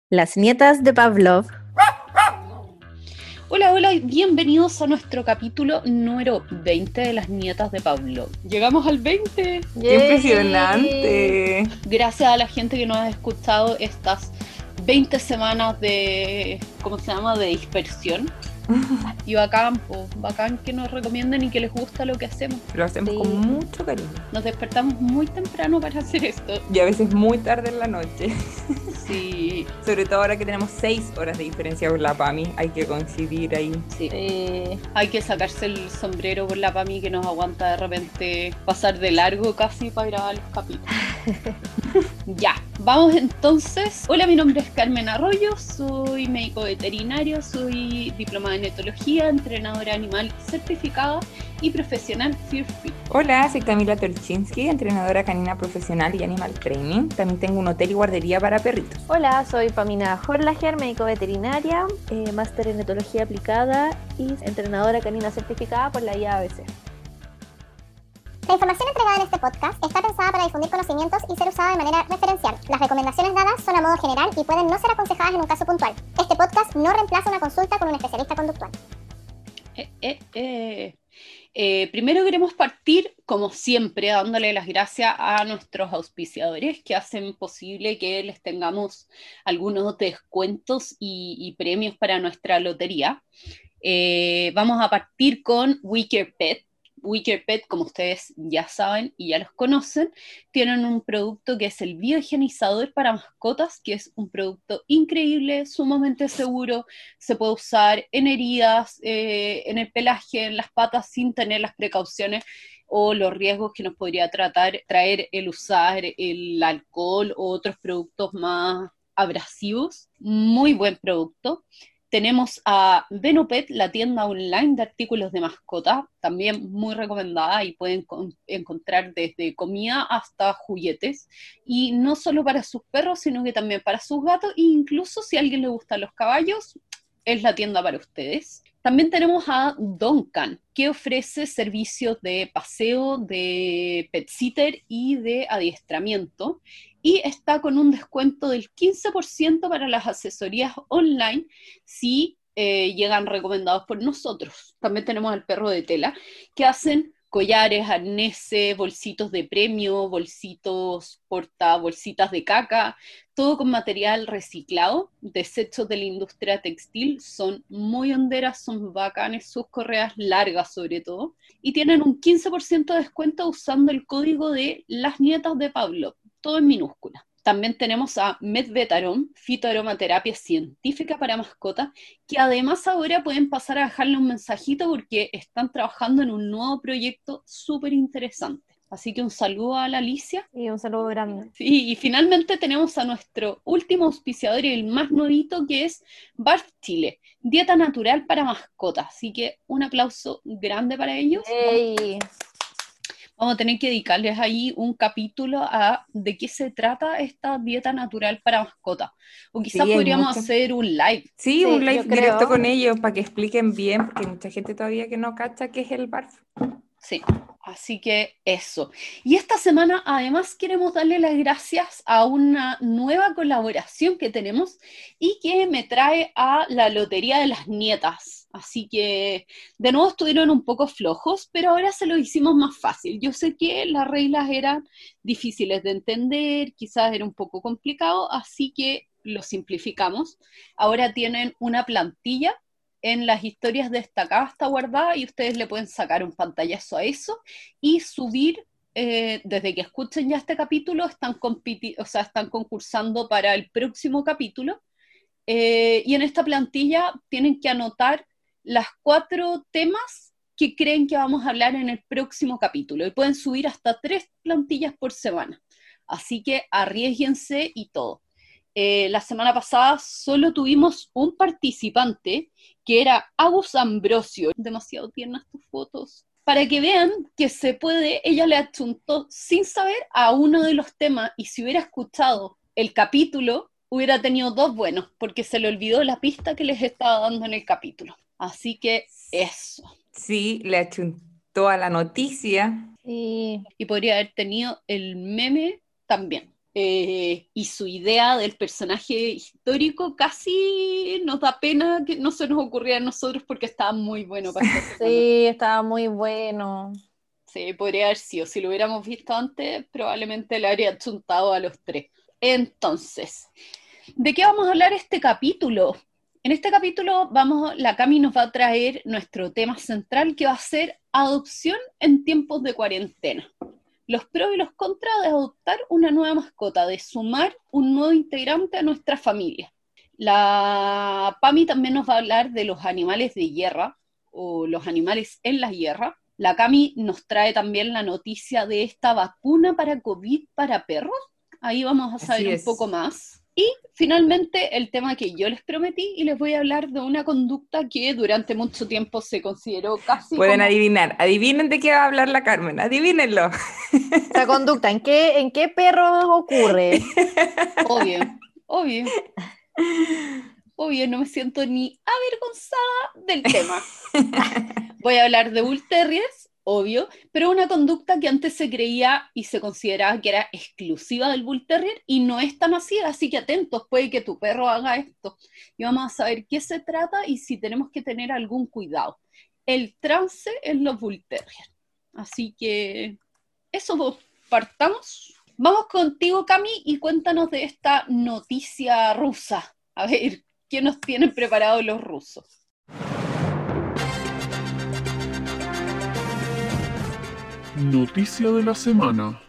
Las nietas de Pavlov. Hola, hola y bienvenidos a nuestro capítulo número 20 de las nietas de Pavlov. Llegamos al 20. ¡Yay! ¡Impresionante! Gracias a la gente que nos ha escuchado estas 20 semanas de, ¿cómo se llama?, de dispersión. Y bacán que nos recomienden y que les gusta lo que hacemos. Lo hacemos con mucho cariño. Nos despertamos muy temprano para hacer esto. Y a veces muy tarde en la noche. Sí. Sobre todo ahora que tenemos 6 horas de diferencia con la PAMI, hay que coincidir ahí. Sí. Hay que sacarse el sombrero por la PAMI que nos aguanta de repente pasar de largo casi para grabar los capítulos. Ya, vamos entonces. Hola, mi nombre es Carmen Arroyo, soy médico veterinario, soy diplomada en etología, entrenadora animal certificada y profesional Fear Free. Hola, soy Camila Torchinsky, entrenadora canina profesional y animal training. También tengo un hotel y guardería para perritos. Hola, soy Pamina Horlager, médico veterinaria, máster en etología aplicada y entrenadora canina certificada por la IABC. La información entregada en este podcast está pensada para difundir conocimientos y ser usada de manera referencial. Las recomendaciones dadas son a modo general y pueden no ser aconsejadas en un caso puntual. Este podcast no reemplaza una consulta con un especialista conductual. Primero queremos partir, como siempre, dándole las gracias a nuestros auspiciadores que hacen posible que les tengamos algunos descuentos y premios para nuestra lotería. Vamos a partir con We Care Pet. We Care Pet, como ustedes ya saben y ya los conocen, tienen un producto que es el biohigienizador para mascotas, que es un producto increíble, sumamente seguro, se puede usar en heridas, en el pelaje, en las patas, sin tener las precauciones o los riesgos que nos podría traer el usar el alcohol o otros productos más abrasivos. Muy buen producto. Tenemos a Venopet, la tienda online de artículos de mascota, también muy recomendada y pueden encontrar desde comida hasta juguetes. Y no solo para sus perros, sino que también para sus gatos e incluso si a alguien le gustan los caballos, es la tienda para ustedes. También tenemos a Duncan, que ofrece servicios de paseo, de pet sitter y de adiestramiento. Y está con un descuento del 15% para las asesorías online si llegan recomendados por nosotros. También tenemos al Perro de Tela, que hacen collares, arneses, bolsitos de premio, bolsitos bolsitas de caca, todo con material reciclado, desechos de la industria textil, son muy honderas, son bacanes, sus correas largas sobre todo, y tienen un 15% de descuento usando el código de las nietas de Pablo, todo en minúscula. También tenemos a Medvetarom, fitoaromaterapia científica para mascotas, que además ahora pueden pasar a dejarle un mensajito porque están trabajando en un nuevo proyecto súper interesante. Así que un saludo a la Alicia. Y un saludo grande. Sí, y finalmente tenemos a nuestro último auspiciador y el más nuevito, que es Barf Chile, dieta natural para mascotas. Así que un aplauso grande para ellos. ¡Ey! Vamos a tener que dedicarles ahí un capítulo a de qué se trata esta dieta natural para mascotas. O quizás Sí, podríamos hacer un live. Sí, Sí, un live yo creo. directo con ellos para que expliquen bien, porque hay mucha gente todavía que no cacha qué es el BARF. Sí, así que eso. Y esta semana además queremos darle las gracias a una nueva colaboración que tenemos y que me trae a la Lotería de las Nietas. Así que de nuevo estuvieron un poco flojos, pero ahora se lo hicimos más fácil. Yo sé que las reglas eran difíciles de entender, quizás era un poco complicado, así que lo simplificamos. Ahora tienen una plantilla en las historias destacadas, está guardada y ustedes le pueden sacar un pantallazo a eso y subir, desde que escuchen ya este capítulo, están concursando para el próximo capítulo, y en esta plantilla tienen que anotar las 4 temas que creen que vamos a hablar en el próximo capítulo y pueden subir hasta 3 plantillas por semana, así que arriésguense y todo. La semana pasada solo tuvimos un participante que era Agus Ambrosio. Demasiado tiernas tus fotos. Para que vean que se puede, ella le achuntó sin saber a uno de los temas y si hubiera escuchado el capítulo, hubiera tenido 2 buenos, porque se le olvidó la pista que les estaba dando en el capítulo. Así que eso. Sí, le achuntó a la noticia. Sí. Y podría haber tenido el meme también. y su idea del personaje histórico casi nos da pena que no se nos ocurriera a nosotros porque estaba muy bueno para esta semana. Sí, estaba muy bueno. Sí, podría haber sido. Si lo hubiéramos visto antes, probablemente le habría chuntado a los 3. Entonces, ¿de qué vamos a hablar este capítulo? En este capítulo la Cami nos va a traer nuestro tema central, que va a ser adopción en tiempos de cuarentena. Los pros y los contras de adoptar una nueva mascota, de sumar un nuevo integrante a nuestra familia. La Pami también nos va a hablar de los animales de guerra, o los animales en la guerra. La Cami nos trae también la noticia de esta vacuna para COVID para perros. Ahí vamos a saber un poco más. Y finalmente el tema que yo les prometí, y les voy a hablar de una conducta que durante mucho tiempo se consideró casi Pueden adivinar. Adivinen de qué va a hablar la Carmen. Adivínenlo. Esa conducta, ¿en qué perro ocurre? Obvio, no me siento ni avergonzada del tema. Voy a hablar de Bull Terriers, obvio, pero una conducta que antes se creía y se consideraba que era exclusiva del Bull Terrier y no es tan así que atentos, puede que tu perro haga esto. Y vamos a saber qué se trata y si tenemos que tener algún cuidado. El trance en los Bull Terrier. Así que eso, partamos. Vamos contigo, Cami, y cuéntanos de esta noticia rusa. A ver, ¿qué nos tienen preparados los rusos? Noticia de la semana.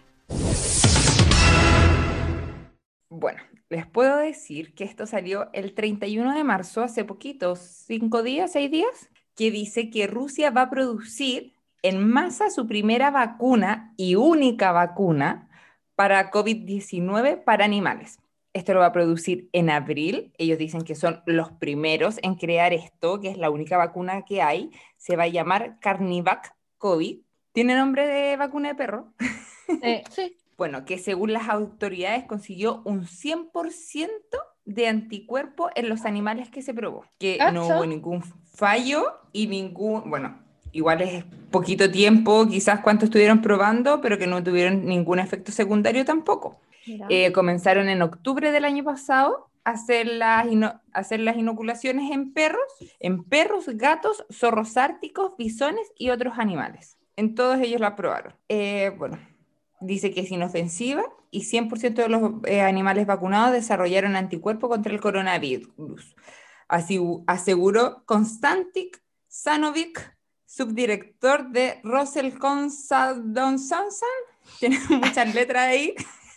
Bueno, les puedo decir que esto salió el 31 de marzo, hace poquito, 5 días, 6 días, que dice que Rusia va a producir en masa su primera vacuna y única vacuna para COVID-19 para animales. Esto lo va a producir en abril. Ellos dicen que son los primeros en crear esto, que es la única vacuna que hay. Se va a llamar Carnivac COVID. ¿Tiene nombre de vacuna de perro? Sí. Bueno, que según las autoridades consiguió un 100% de anticuerpo en los animales que se probó. Que no hubo ningún fallo y bueno, igual es poquito tiempo, quizás cuánto estuvieron probando, pero que no tuvieron ningún efecto secundario tampoco. Comenzaron en octubre del año pasado a hacer las inoculaciones en perros, gatos, zorros árticos, bisones y otros animales. En todos ellos la probaron. Bueno, dice que es inofensiva y 100% de los animales vacunados desarrollaron anticuerpos contra el coronavirus. Así aseguró Konstantin Sanovic, subdirector de Roselkonsadonsansan, tiene muchas letras ahí,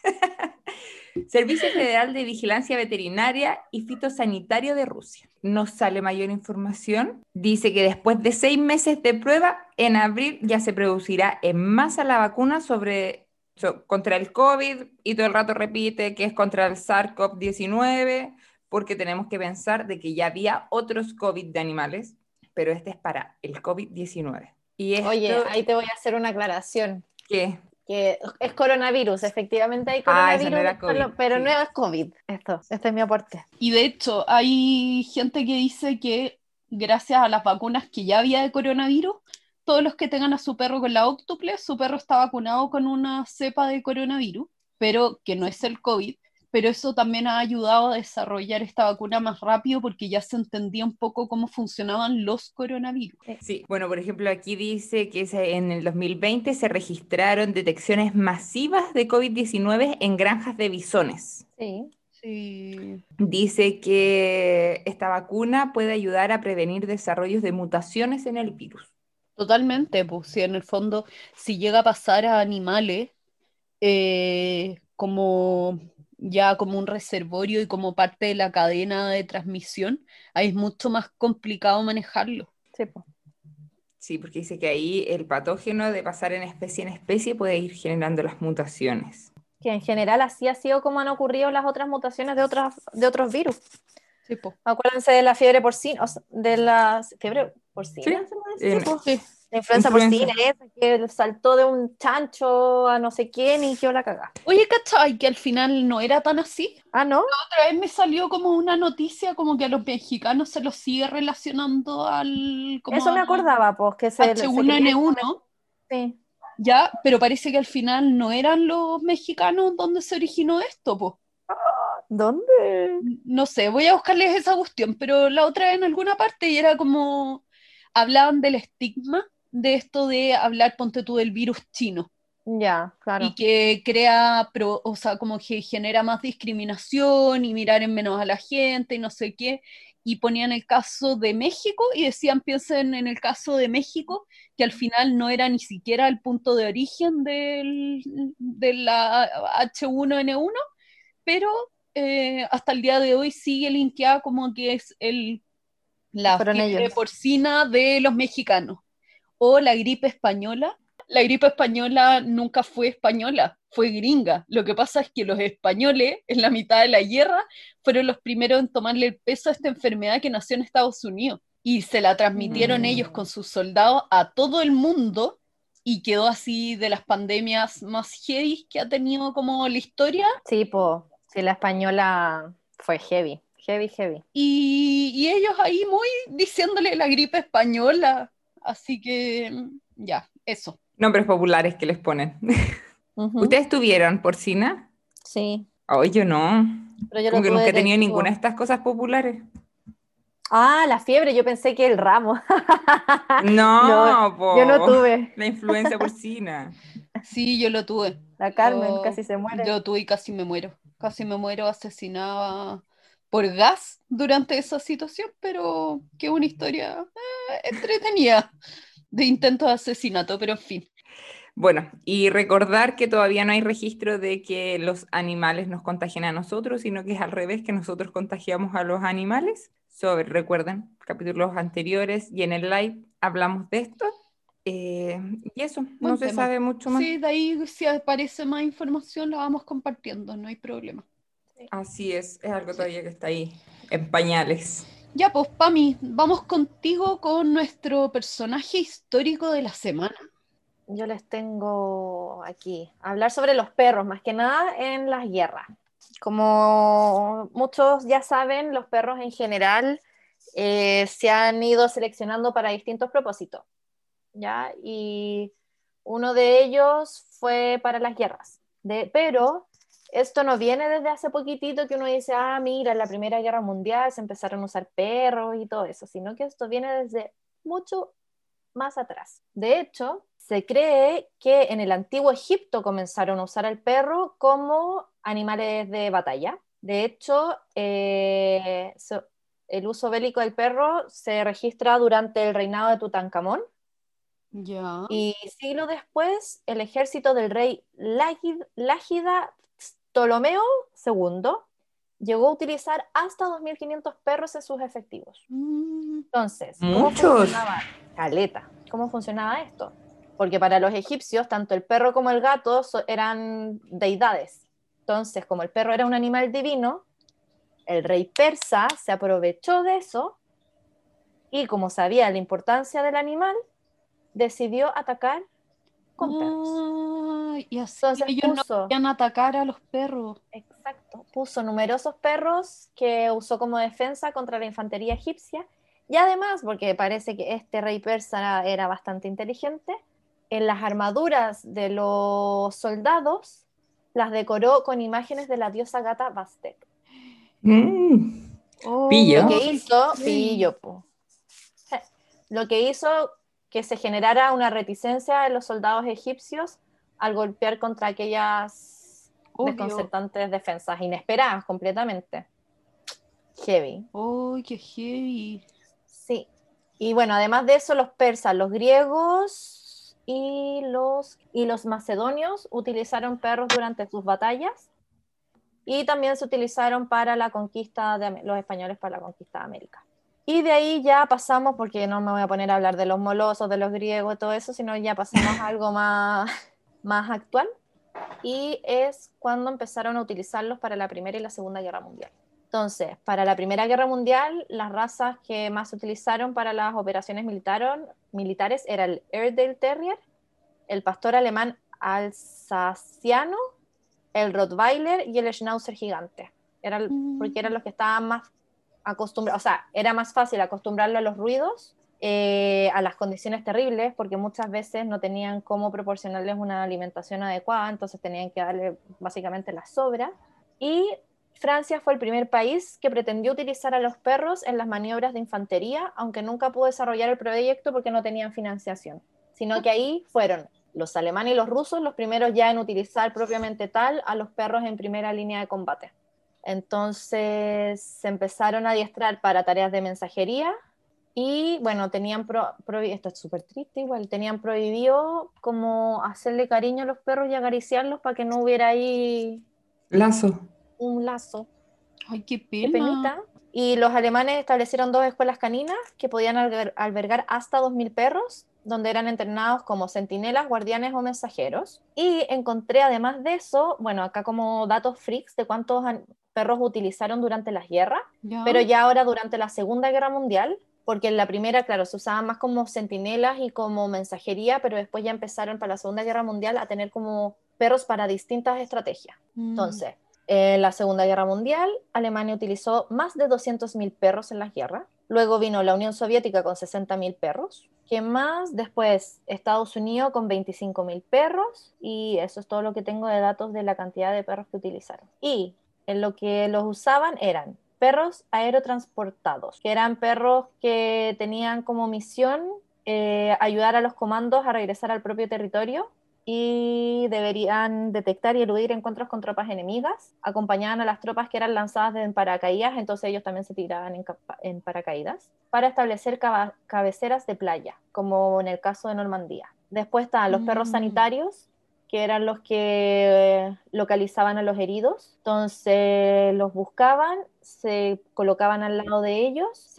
Servicio Federal de Vigilancia Veterinaria y Fitosanitario de Rusia. No sale mayor información. Dice que después de 6 meses de prueba, en abril ya se producirá en masa la vacuna contra el COVID, y todo el rato repite que es contra el SARS-CoV-19, porque tenemos que pensar de que ya había otros COVID de animales, pero este es para el COVID-19. Oye, ahí te voy a hacer una aclaración. ¿Qué? Que es coronavirus, efectivamente hay coronavirus, eso no era COVID, pero sí. no es COVID. Este es mi aporte. Y de hecho, hay gente que dice que gracias a las vacunas que ya había de coronavirus, todos los que tengan a su perro con la óctuple, su perro está vacunado con una cepa de coronavirus, pero que no es el COVID, pero eso también ha ayudado a desarrollar esta vacuna más rápido porque ya se entendía un poco cómo funcionaban los coronavirus. Sí, bueno, por ejemplo, aquí dice que en el 2020 se registraron detecciones masivas de COVID-19 en granjas de bisones. Sí. Dice que esta vacuna puede ayudar a prevenir desarrollos de mutaciones en el virus. Totalmente, pues si en el fondo, si llega a pasar a animales como un reservorio y como parte de la cadena de transmisión, ahí es mucho más complicado manejarlo. Sí, pues. Sí, porque dice que ahí el patógeno de pasar en especie puede ir generando las mutaciones. Que en general así ha sido como han ocurrido las otras mutaciones de otros virus. Sí, pues. Acuérdense de la fiebre porcina, de la fiebre porcina, Sí, sí. La influenza porcina, esa que saltó de un chancho a no sé quién y quedó la cagada. Oye, ¿cachai? Que al final no era tan así. Ah, ¿no? La otra vez me salió como una noticia como que a los mexicanos se los sigue relacionando Eso me acordaba, pues, que se H1N1. Sí. Ya, pero parece que al final no eran los mexicanos donde se originó esto, pues. ¿Dónde? No sé, voy a buscarles esa cuestión, pero la otra en alguna parte y era como, hablaban del estigma de esto de hablar, ponte tú, del virus chino. Ya, claro. Y que crea, o sea, como que genera más discriminación y mirar en menos a la gente y no sé qué. Y ponían el caso de México y decían, piensen en el caso de México, que al final no era ni siquiera el punto de origen de la H1N1, pero hasta el día de hoy sigue linkeada como que es la Fueron fiebre ellos. porcina de los mexicanos o la gripe española. La gripe española nunca fue española, fue gringa. Lo que pasa es que los españoles, en la mitad de la guerra, fueron los primeros en tomarle el peso a esta enfermedad que nació en Estados Unidos. Y se la transmitieron ellos con sus soldados a todo el mundo y quedó así de las pandemias más heavy que ha tenido como la historia. Sí, sí, la española fue heavy, heavy, heavy. Y ellos ahí muy diciéndole la gripe española. Así que ya, eso. Nombres populares que les ponen. Uh-huh. ¿Ustedes tuvieron porcina? Sí. Oh, yo no. Pero yo Como lo que tuve nunca he de tenido tipo... ninguna de estas cosas populares. Ah, la fiebre, yo pensé que el ramo. No, yo no po. tuve. La influenza porcina. Sí, yo lo tuve. La Carmen casi se muere. Yo tuve y casi me muero. Casi me muero asesinada por gas durante esa situación, pero que una historia entretenida de intentos de asesinato, pero en fin. Bueno, y recordar que todavía no hay registro de que los animales nos contagien a nosotros, sino que es al revés, que nosotros contagiamos a los animales. Recuerden, capítulos anteriores y en el live hablamos de esto. Y eso, Buen no se tema. sabe mucho más. Sí, de ahí si aparece más información la vamos compartiendo, no hay problema. Así es algo todavía que está ahí, en pañales. Ya, pues, Pami, vamos contigo con nuestro personaje histórico de la semana. Yo les tengo aquí hablar sobre los perros, más que nada en las guerras. Como muchos ya saben, los perros en general se han ido seleccionando para distintos propósitos, ¿ya? Y uno de ellos fue para las guerras. Pero esto no viene desde hace poquitito que uno dice, ah, mira, en la Primera Guerra Mundial se empezaron a usar perros y todo eso, sino que esto viene desde mucho más atrás. De hecho, se cree que en el antiguo Egipto comenzaron a usar al perro como animales de batalla. De hecho, el uso bélico del perro se registra durante el reinado de Tutankamón. Ya. Y siglos después, el ejército del rey Lágida Ptolomeo II llegó a utilizar hasta 2.500 perros en sus efectivos. Entonces, ¿cómo funcionaba? Caleta. ¿Cómo funcionaba esto? Porque para los egipcios, tanto el perro como el gato eran deidades. Entonces, como el perro era un animal divino, el rey persa se aprovechó de eso y, como sabía la importancia del animal, decidió atacar con perros. Y así Entonces ellos no podían atacar a los perros. Exacto, puso numerosos perros que usó como defensa contra la infantería egipcia y además, porque parece que este rey persa era bastante inteligente, en las armaduras de los soldados las decoró con imágenes de la diosa gata Bastet. Pillo. Lo que hizo, lo que hizo que se generara una reticencia en los soldados egipcios al golpear contra aquellas desconcertantes defensas, inesperadas completamente. Heavy. ¡Oh, qué heavy! Sí. Y bueno, además de eso, los persas, los griegos y los macedonios utilizaron perros durante sus batallas y también se utilizaron para la conquista de los españoles para la conquista de América. Y de ahí ya pasamos, porque no me voy a poner a hablar de los molosos, de los griegos y todo eso, sino ya pasamos a algo más actual, y es cuando empezaron a utilizarlos para la Primera y la Segunda Guerra Mundial. Entonces, para la Primera Guerra Mundial, las razas que más se utilizaron para las operaciones militares era el Airedale Terrier, el pastor alemán alsaciano, el Rottweiler y el Schnauzer gigante. Porque eran los que estaban más acostumbrados, o sea, era más fácil acostumbrarlo a los ruidos a las condiciones terribles, porque muchas veces no tenían cómo proporcionarles una alimentación adecuada, entonces tenían que darle básicamente la sobra. Y Francia fue el primer país que pretendió utilizar a los perros en las maniobras de infantería, aunque nunca pudo desarrollar el proyecto porque no tenían financiación, sino que ahí fueron los alemanes y los rusos los primeros ya en utilizar propiamente tal a los perros en primera línea de combate. Entonces se empezaron a adiestrar para tareas de mensajería y bueno, tenían esto es súper triste igual, tenían prohibido como hacerle cariño a los perros y acariciarlos para que no hubiera ahí Lazo. un lazo. Ay, qué Qué pena. penita. Y los alemanes establecieron 2 escuelas caninas que podían albergar hasta 2000 perros, donde eran entrenados como centinelas, guardianes o mensajeros. Y encontré además de eso, bueno, acá como datos freaks de cuántos perros utilizaron durante las guerras, ¿Ya? pero ya ahora durante la Segunda Guerra Mundial, porque en la primera, claro, se usaban más como centinelas y como mensajería, pero después ya empezaron para la Segunda Guerra Mundial a tener como perros para distintas estrategias. Entonces, en la Segunda Guerra Mundial, Alemania utilizó más de 200.000 perros en las guerras. Luego vino la Unión Soviética con 60.000 perros. ¿Qué más? Después Estados Unidos con 25.000 perros. Y eso es todo lo que tengo de datos de la cantidad de perros que utilizaron. Y en lo que los usaban eran perros aerotransportados, que eran perros que tenían como misión ayudar a los comandos a regresar al propio territorio y deberían detectar y eludir encuentros con tropas enemigas. Acompañaban a las tropas que eran lanzadas en paracaídas, entonces ellos también se tiraban en paracaídas, para establecer cabeceras de playa, como en el caso de Normandía. Después estaban los perros sanitarios, que eran los que localizaban a los heridos. Entonces los buscaban, se colocaban al lado de ellos,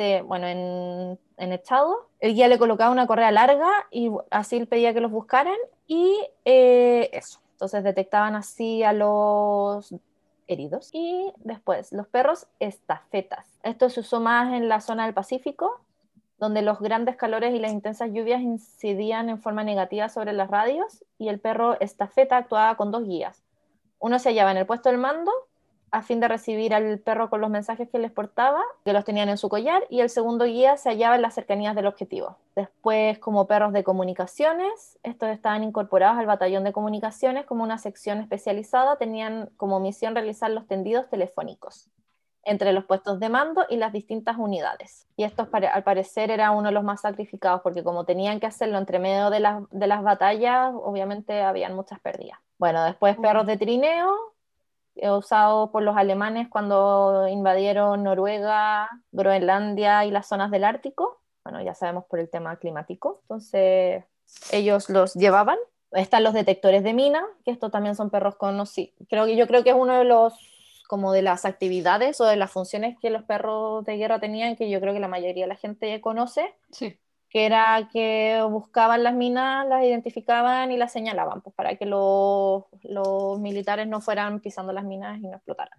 en echado. El guía le colocaba una correa larga y así él pedía que los buscaran y eso. Entonces detectaban así a los heridos. Y después, los perros estafetas. Esto se usó más en la zona del Pacífico, donde los grandes calores y las intensas lluvias incidían en forma negativa sobre las radios, y el perro estafeta actuaba con 2 guías. Uno se hallaba en el puesto del mando, a fin de recibir al perro con los mensajes que les portaba, que los tenían en su collar, y el segundo guía se hallaba en las cercanías del objetivo. Después, como perros de comunicaciones, estos estaban incorporados al batallón de comunicaciones como una sección especializada, tenían como misión realizar los tendidos telefónicos entre los puestos de mando y las distintas unidades. Y estos, al parecer, era uno de los más sacrificados, porque como tenían que hacerlo entre medio de las batallas, obviamente habían muchas pérdidas. Bueno, después perros de trineo, usados por los alemanes cuando invadieron Noruega, Groenlandia y las zonas del Ártico. Bueno, ya sabemos por el tema climático. Entonces, ellos los llevaban. Están los detectores de mina, que estos también son perros conocidos. Yo creo que es uno de los como de las actividades o de las funciones que los perros de guerra tenían, que yo creo que la mayoría de la gente conoce, sí, que era que buscaban las minas, las identificaban y las señalaban, pues para que los militares no fueran pisando las minas y no explotaran.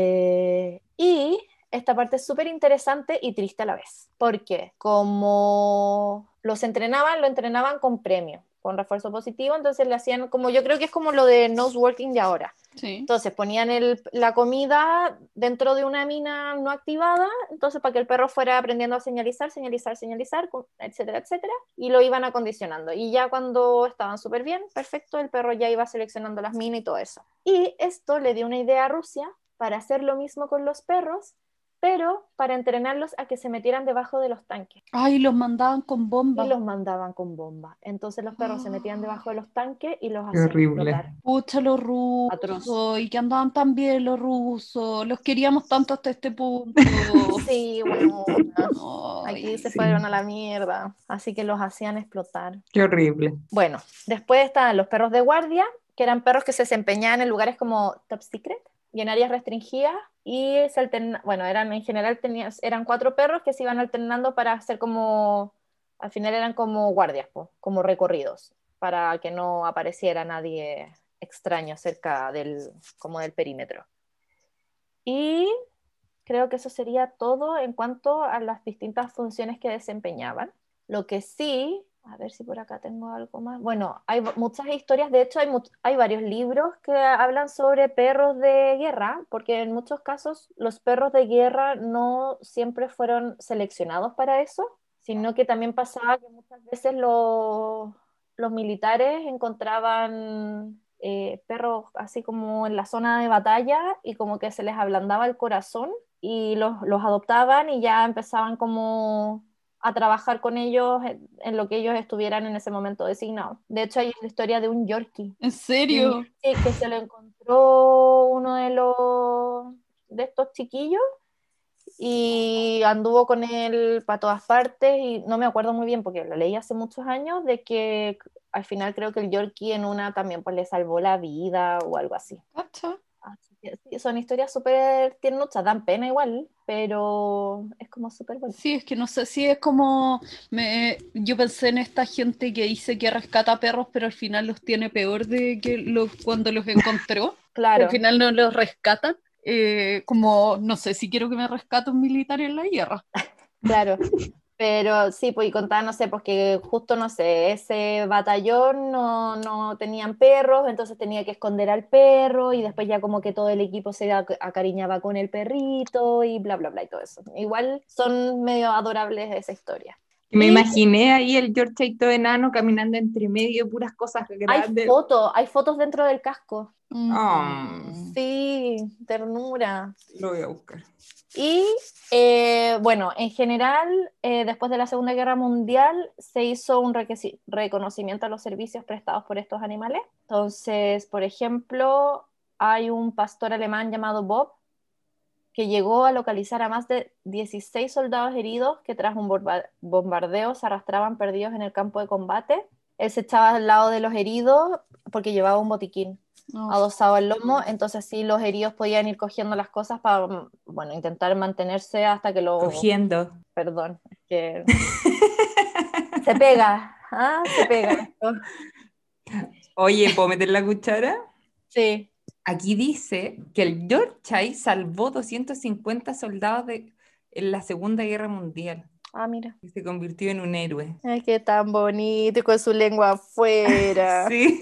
Y esta parte es súper interesante y triste a la vez, porque como lo entrenaban con premio, con refuerzo positivo, entonces le hacían como, yo creo que es como lo de nose working de ahora. sí. Entonces ponían la comida dentro de una mina no activada, entonces para que el perro fuera aprendiendo a señalizar, etcétera, etcétera, y lo iban acondicionando. Y ya cuando estaban súper bien, perfecto, el perro ya iba seleccionando las minas y todo eso. Y esto le dio una idea a Rusia para hacer lo mismo con los perros, pero para entrenarlos a que se metieran debajo de los tanques. Ay, los mandaban con bombas. Y los mandaban con bombas. Entonces los perros se metían debajo de los tanques y los Qué hacían horrible. explotar. Pucha, los Atroz. rusos, y que andaban tan bien los rusos, los queríamos tanto hasta este punto. Sí, bueno, Ay, aquí se sí. fueron a la mierda, así que los hacían explotar. Qué horrible. Bueno, después estaban los perros de guardia, que eran perros que se desempeñaban en lugares como top secret y en áreas restringidas, y eran en general eran 4 perros que se iban alternando para hacer como, al final eran como guardias, como recorridos, para que no apareciera nadie extraño cerca como del perímetro. Y creo que eso sería todo en cuanto a las distintas funciones que desempeñaban. Lo que sí, a ver si por acá tengo algo más. Bueno, hay muchas historias, de hecho hay varios libros que hablan sobre perros de guerra, porque en muchos casos los perros de guerra no siempre fueron seleccionados para eso, sino que también pasaba que muchas veces los militares encontraban perros así como en la zona de batalla y como que se les ablandaba el corazón y los adoptaban y ya empezaban como a trabajar con ellos en lo que ellos estuvieran en ese momento designados. De hecho, hay la historia de un Yorkie. ¿En serio? Sí, que se lo encontró uno de estos chiquillos y anduvo con él para todas partes y no me acuerdo muy bien porque lo leí hace muchos años de que al final creo que el Yorkie en una también pues le salvó la vida o algo así. ¿Cacha? Así que sí, son historias súper tiernuchas, dan pena igual, pero es como súper bonito. Sí, es que no sé si es como... yo pensé en esta gente que dice que rescata perros, pero al final los tiene peor de que cuando los encontró. Claro. Al final no los rescatan. Como, no sé si quiero que me rescate un militar en la guerra. Claro, pero sí, pues y contaba, no sé, porque justo, no sé, ese batallón no tenían perros, entonces tenía que esconder al perro y después ya como que todo el equipo se acariñaba con el perrito y bla, bla, bla y todo eso. Igual son medio adorables esa historia. Me imaginé ahí el Georgito enano caminando entre medio, puras cosas grandes. Hay fotos dentro del casco. Oh, Sí, ternura. lo voy a buscar. Y bueno, en general, después de la Segunda Guerra Mundial, se hizo un reconocimiento a los servicios prestados por estos animales. Entonces, por ejemplo, hay un pastor alemán llamado Bob que llegó a localizar a más de 16 soldados heridos que tras un bombardeo se arrastraban perdidos en el campo de combate. Él se echaba al lado de los heridos porque llevaba un botiquín adosado al lomo, entonces sí los heridos podían ir cogiendo las cosas para, bueno, intentar mantenerse hasta que lo... Cogiendo. Perdón, es que se pega, se pega esto. Oye, ¿puedo meter la cuchara? Sí. Aquí dice que el Yorkshire salvó 250 soldados en la Segunda Guerra Mundial. Ah, mira. Y se convirtió en un héroe. Ay, qué tan bonito y con su lengua afuera. Sí.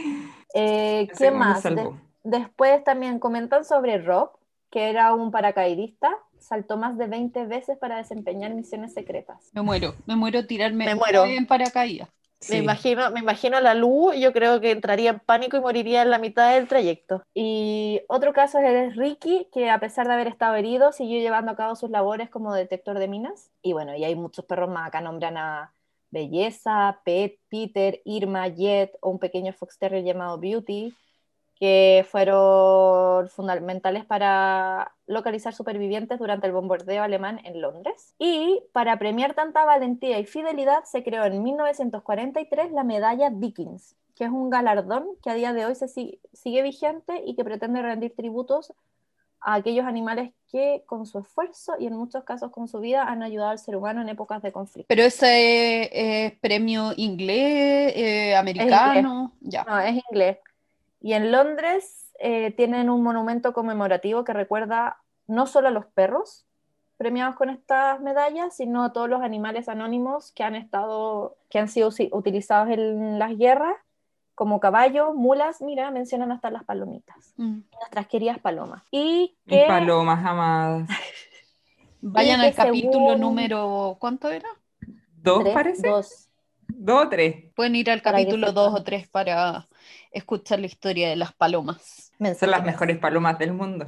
¿Qué más? Después también comentan sobre Rob, que era un paracaidista, saltó más de 20 veces para desempeñar misiones secretas. Me muero tirarme en paracaídas. Sí. Me imagino la luz, yo creo que entraría en pánico y moriría en la mitad del trayecto. Y otro caso es Ricky, que a pesar de haber estado herido, siguió llevando a cabo sus labores como detector de minas. Y bueno, y hay muchos perros más, acá nombran a Belleza, Pet, Peter, Irma, Jet o un pequeño fox terrier llamado Beauty, que fueron fundamentales para localizar supervivientes durante el bombardeo alemán en Londres. Y para premiar tanta valentía y fidelidad se creó en 1943 la medalla Dickens, que es un galardón que a día de hoy sigue vigente y que pretende rendir tributos a aquellos animales que con su esfuerzo y en muchos casos con su vida han ayudado al ser humano en épocas de conflicto. ¿Pero ese es premio inglés, americano? Es inglés. Ya. No, es inglés. Y en Londres tienen un monumento conmemorativo que recuerda no solo a los perros premiados con estas medallas, sino a todos los animales anónimos que han sido utilizados en las guerras, como caballos, mulas, mira, mencionan hasta las palomitas, nuestras queridas palomas. Y mis palomas amadas. Vayan al capítulo número, ¿cuánto era? 2, parece. 2 o 3. Pueden ir al capítulo 2 o 3 para escuchar la historia de las palomas. Son las mejores palomas del mundo.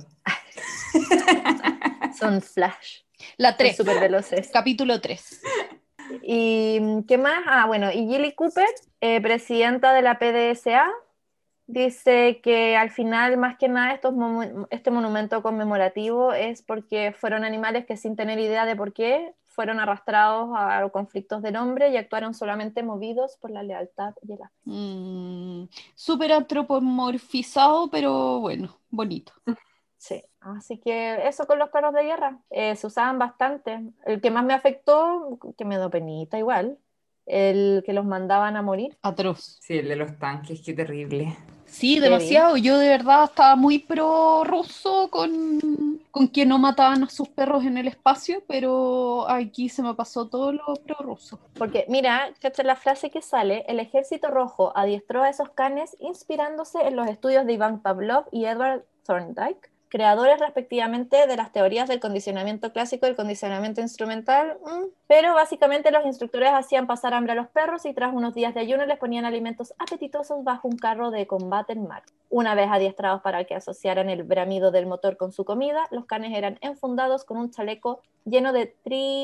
Son Flash. La 3. Súper veloces. Capítulo 3. ¿Y qué más? Bueno, y Gilly Cooper, presidenta de la PDSA, dice que al final, más que nada, este monumento conmemorativo es porque fueron animales que sin tener idea de por qué fueron arrastrados a conflictos del hombre y actuaron solamente movidos por la lealtad y el afecto. Súper antropomorfizado, pero bueno, bonito. Sí, así que eso con los perros de guerra, se usaban bastante. El que más me afectó, que me dio penita igual, el que los mandaban a morir. Atroz. Sí, el de los tanques, qué terrible. Sí, demasiado. Yo de verdad estaba muy pro ruso con que no mataban a sus perros en el espacio, pero aquí se me pasó todo lo pro ruso. Porque mira, ¿cachai la frase que sale? El ejército rojo adiestró a esos canes inspirándose en los estudios de Iván Pavlov y Edward Thorndike, creadores respectivamente de las teorías del condicionamiento clásico y el condicionamiento instrumental, pero básicamente los instructores hacían pasar hambre a los perros y tras unos días de ayuno les ponían alimentos apetitosos bajo un carro de combate en mar. Una vez adiestrados para que asociaran el bramido del motor con su comida, los canes eran enfundados con un chaleco lleno de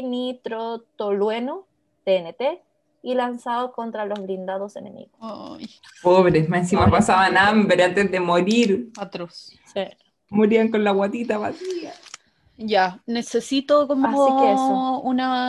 trinitrotolueno, TNT, y lanzados contra los blindados enemigos. Ay, Pobres, más encima Pobres. pasaban hambre antes de morir. atroz. Sí. Morían con la guatita vacía. Ya, necesito como Así que eso.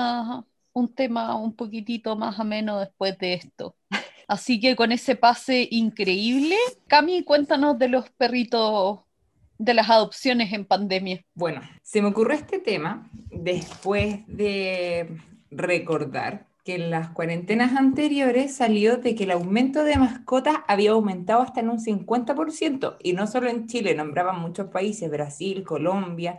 un tema un poquitito más ameno después de esto. Así que con ese pase increíble, Cami, cuéntanos de los perritos, de las adopciones en pandemia. Bueno, se me ocurrió este tema después de recordar que en las cuarentenas anteriores salió de que el aumento de mascotas había aumentado hasta en un 50%, y no solo en Chile, nombraban muchos países, Brasil, Colombia,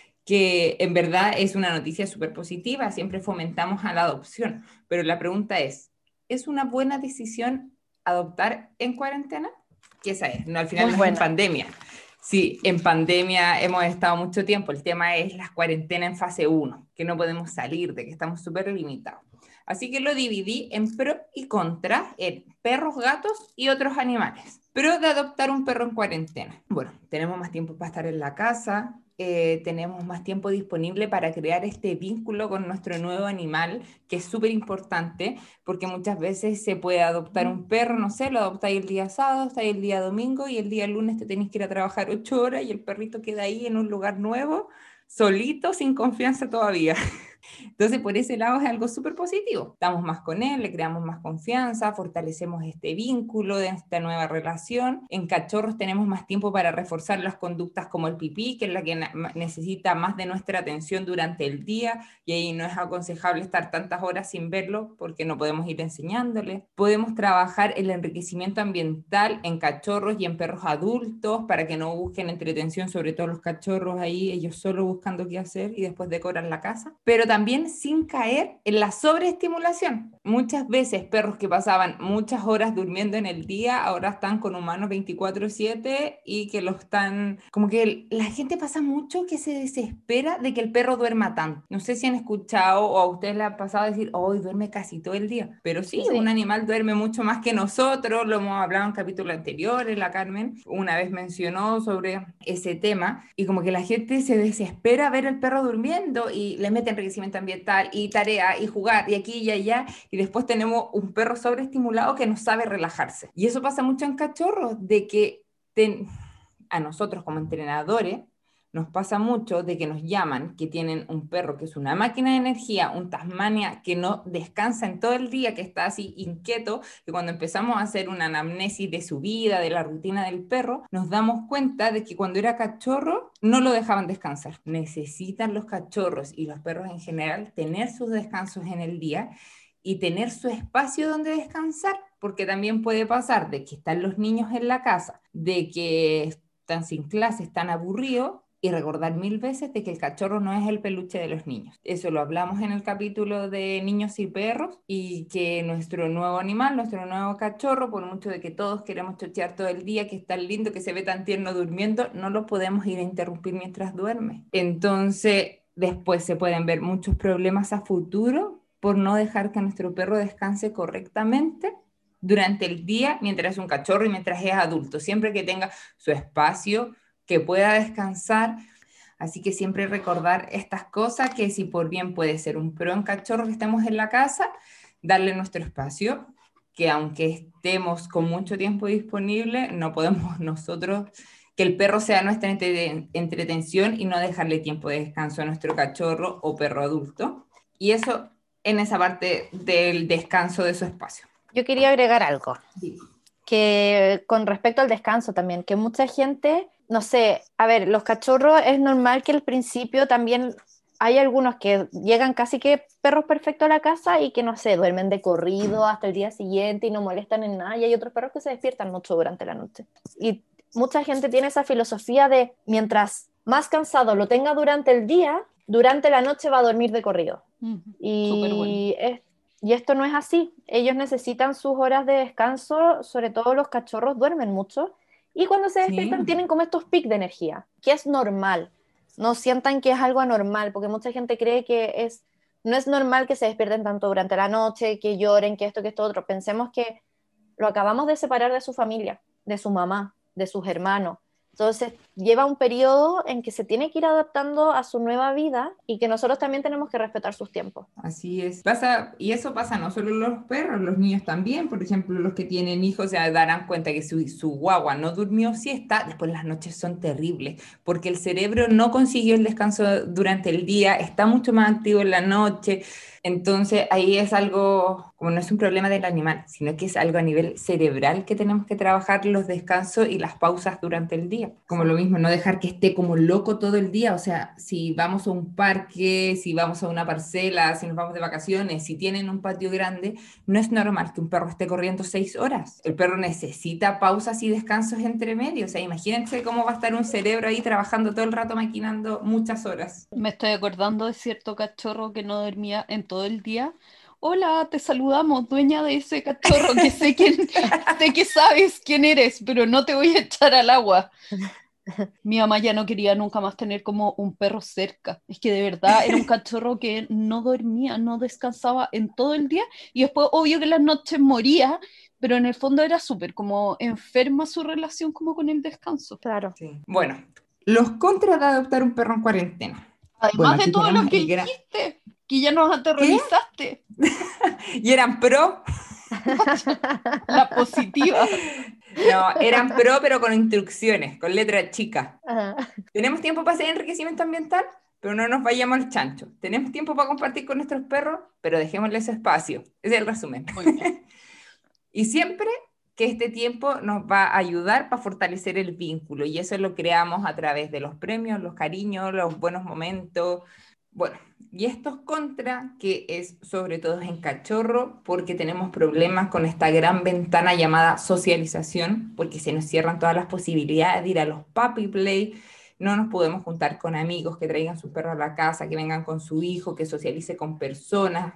que en verdad es una noticia súper positiva, siempre fomentamos a la adopción, pero la pregunta ¿es una buena decisión adoptar en cuarentena? Que esa es, no, al final Muy no es en buena. pandemia. Sí, en pandemia hemos estado mucho tiempo, el tema es la cuarentena en fase 1, que no podemos salir, de que estamos súper limitados. Así que lo dividí en pro y contra, en perros, gatos y otros animales. Pro de adoptar un perro en cuarentena. Bueno, tenemos más tiempo para estar en la casa, tenemos más tiempo disponible para crear este vínculo con nuestro nuevo animal, que es súper importante, porque muchas veces se puede adoptar un perro, no sé, lo adoptáis el día sábado, estáis el día domingo y el día lunes te tenéis que ir a trabajar 8 horas y el perrito queda ahí en un lugar nuevo, solito, sin confianza todavía. Entonces, por ese lado es algo súper positivo. Estamos más con él, le creamos más confianza, fortalecemos este vínculo de esta nueva relación. En cachorros tenemos más tiempo para reforzar las conductas como el pipí, que es la que necesita más de nuestra atención durante el día, y ahí no es aconsejable estar tantas horas sin verlo porque no podemos ir enseñándole. Podemos trabajar el enriquecimiento ambiental en cachorros y en perros adultos para que no busquen entretención, sobre todo los cachorros ahí, ellos solo buscando qué hacer y después decoran la casa. Pero también sin caer en la sobreestimulación. Muchas veces perros que pasaban muchas horas durmiendo en el día ahora están con humanos 24/7 y que lo están... Como que la gente pasa mucho que se desespera de que el perro duerma tanto. No sé si han escuchado o a ustedes les ha pasado decir, hoy duerme casi todo el día. Pero sí, un animal duerme mucho más que nosotros, lo hemos hablado en capítulos anteriores, la Carmen una vez mencionó sobre ese tema, y como que la gente se desespera ver el perro durmiendo y le meten enriquecimiento ambiental y tarea y jugar y aquí y allá, y después tenemos un perro sobreestimulado que no sabe relajarse. Y eso pasa mucho en cachorros, de que a nosotros como entrenadores nos pasa mucho de que nos llaman que tienen un perro que es una máquina de energía, un Tasmania que no descansa en todo el día, que está así inquieto, que cuando empezamos a hacer una anamnesis de su vida, de la rutina del perro, nos damos cuenta de que cuando era cachorro no lo dejaban descansar. Necesitan los cachorros y los perros en general tener sus descansos en el día y tener su espacio donde descansar, porque también puede pasar de que están los niños en la casa, de que están sin clase, están aburridos, y recordar 1000 veces de que el cachorro no es el peluche de los niños. Eso lo hablamos en el capítulo de niños y perros, y que nuestro nuevo animal, nuestro nuevo cachorro, por mucho de que todos queremos chochear todo el día, que es tan lindo, que se ve tan tierno durmiendo, no lo podemos ir a interrumpir mientras duerme. Entonces, después se pueden ver muchos problemas a futuro por no dejar que nuestro perro descanse correctamente durante el día, mientras es un cachorro y mientras es adulto, siempre que tenga su espacio, que pueda descansar. Así que siempre recordar estas cosas, que si por bien puede ser un pro en cachorro que estemos en la casa, darle nuestro espacio, que aunque estemos con mucho tiempo disponible, no podemos nosotros, que el perro sea nuestra entretención y no dejarle tiempo de descanso a nuestro cachorro o perro adulto. Y eso en esa parte del descanso de su espacio. Yo quería agregar algo, Sí. que con respecto al descanso también, que mucha gente, no sé, a ver, los cachorros es normal que al principio también hay algunos que llegan casi que perros perfectos a la casa y que, no sé, duermen de corrido hasta el día siguiente y no molestan en nada, y hay otros perros que se despiertan mucho durante la noche. Y mucha gente tiene esa filosofía de mientras más cansado lo tenga durante el día, durante la noche va a dormir de corrido. Y esto no es así. Ellos necesitan sus horas de descanso, sobre todo los cachorros duermen mucho, y cuando se despiertan tienen como estos picos de energía. que es normal. No sientan que es algo anormal, porque mucha gente cree que no es normal que se despierten tanto durante la noche, que lloren, que esto otro. Pensemos que lo acabamos de separar de su familia, de su mamá, de sus hermanos. Entonces lleva un periodo en que se tiene que ir adaptando a su nueva vida y que nosotros también tenemos que respetar sus tiempos. Así es. Y eso pasa no solo en los perros, los niños también. Por ejemplo, los que tienen hijos se darán cuenta que su guagua no durmió siesta, después las noches son terribles, porque el cerebro no consiguió el descanso durante el día, está mucho más activo en la noche. Entonces ahí es algo, como no es un problema del animal, sino que es algo a nivel cerebral que tenemos que trabajar los descansos y las pausas durante el día. Como lo mismo, no dejar que esté como loco todo el día. O sea, si vamos a un parque, si vamos a una parcela, si nos vamos de vacaciones, si tienen un patio grande, no es normal que un perro esté corriendo 6 horas. El perro necesita pausas y descansos entre medio. O sea, imagínense cómo va a estar un cerebro ahí trabajando todo el rato, maquinando muchas horas. Me estoy acordando de cierto cachorro que no dormía en todo el día. Hola, te saludamos, dueña de ese cachorro, que sé que sabes quién eres, pero no te voy a echar al agua. Mi mamá ya no quería nunca más tener como un perro cerca. Es que de verdad era un cachorro que no dormía, no descansaba en todo el día, y después obvio que las noches moría, pero en el fondo era súper como enferma su relación como con el descanso. Claro. Sí. Bueno, los contras de adoptar un perro en cuarentena. Además Bueno, de todo lo que dijiste, que ya nos aterrorizaste. y eran pro. La positiva. No, eran pro, pero con instrucciones, con letra chica. Ajá. Tenemos tiempo para hacer enriquecimiento ambiental, pero no nos vayamos al chancho. Tenemos tiempo para compartir con nuestros perros, pero dejémosles espacio. Ese es el resumen. Muy bien. Y siempre que este tiempo nos va a ayudar para fortalecer el vínculo, y eso lo creamos a través de los premios, los cariños, los buenos momentos. Bueno, y estos contra, que es sobre todo en cachorro, porque tenemos problemas con esta gran ventana llamada socialización, porque se nos cierran todas las posibilidades de ir a los puppy play, no nos podemos juntar con amigos que traigan su perro a la casa, que vengan con su hijo, que socialice con personas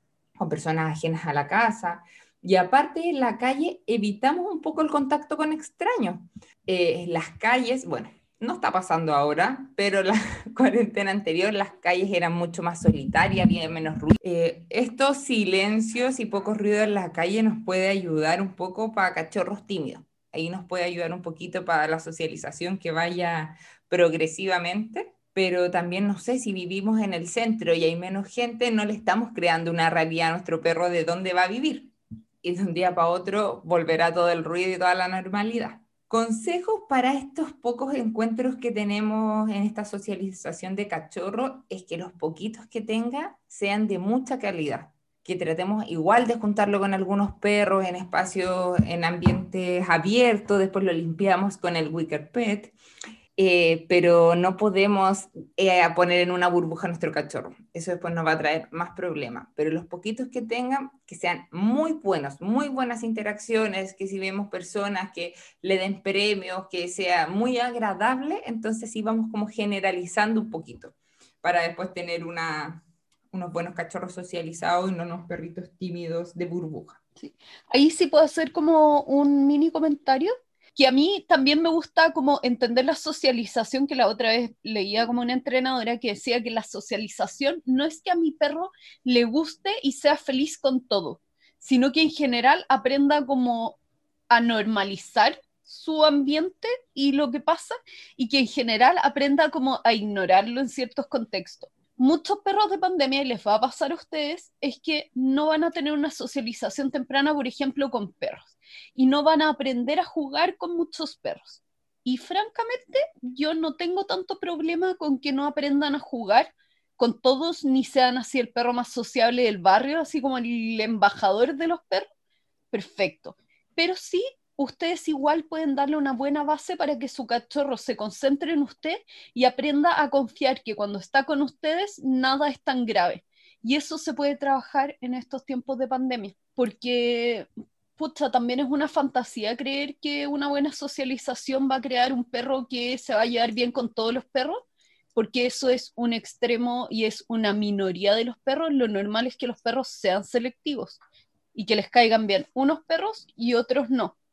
ajenas a la casa. Y aparte, en la calle evitamos un poco el contacto con extraños. Las calles, bueno, no está pasando ahora, pero la cuarentena anterior las calles eran mucho más solitarias, había menos ruido. Estos silencios y poco ruido en la calle nos puede ayudar un poco para cachorros tímidos. Ahí nos puede ayudar un poquito para la socialización que vaya progresivamente. Pero también, no sé, si vivimos en el centro y hay menos gente, no le estamos creando una realidad a nuestro perro de dónde va a vivir. Y de un día para otro volverá todo el ruido y toda la normalidad. Consejos para estos pocos encuentros que tenemos en esta socialización de cachorro es que los poquitos que tenga sean de mucha calidad. Que tratemos igual de juntarlo con algunos perros en espacios, en ambientes abiertos, después lo limpiamos con el Wicker Pet. Pero no podemos poner en una burbuja a nuestro cachorro. Eso después nos va a traer más problemas. Pero los poquitos que tengan, que sean muy buenos, muy buenas interacciones, que si vemos personas que le den premios, que sea muy agradable, entonces sí vamos como generalizando un poquito, para después tener unos buenos cachorros socializados y no unos perritos tímidos de burbuja. Sí. Ahí sí puedo hacer como un mini comentario, que a mí también me gusta como entender la socialización, que la otra vez leía como una entrenadora que decía que la socialización no es que a mi perro le guste y sea feliz con todo, sino que en general aprenda como a normalizar su ambiente y lo que pasa, y que en general aprenda como a ignorarlo en ciertos contextos. Muchos perros de pandemia, y les va a pasar a ustedes, es que no van a tener una socialización temprana, por ejemplo, con perros, y no van a aprender a jugar con muchos perros. Y francamente, yo no tengo tanto problema con que no aprendan a jugar con todos, ni sean así el perro más sociable del barrio, así como el embajador de los perros. Perfecto. Pero sí, ustedes igual pueden darle una buena base para que su cachorro se concentre en usted y aprenda a confiar que cuando está con ustedes nada es tan grave. Y eso se puede trabajar en estos tiempos de pandemia, porque pucha, también es una fantasía creer que una buena socialización va a crear un perro que se va a llevar bien con todos los perros, porque eso es un extremo y es una minoría de los perros. Lo normal es que los perros sean selectivos y que les caigan bien unos perros y otros no.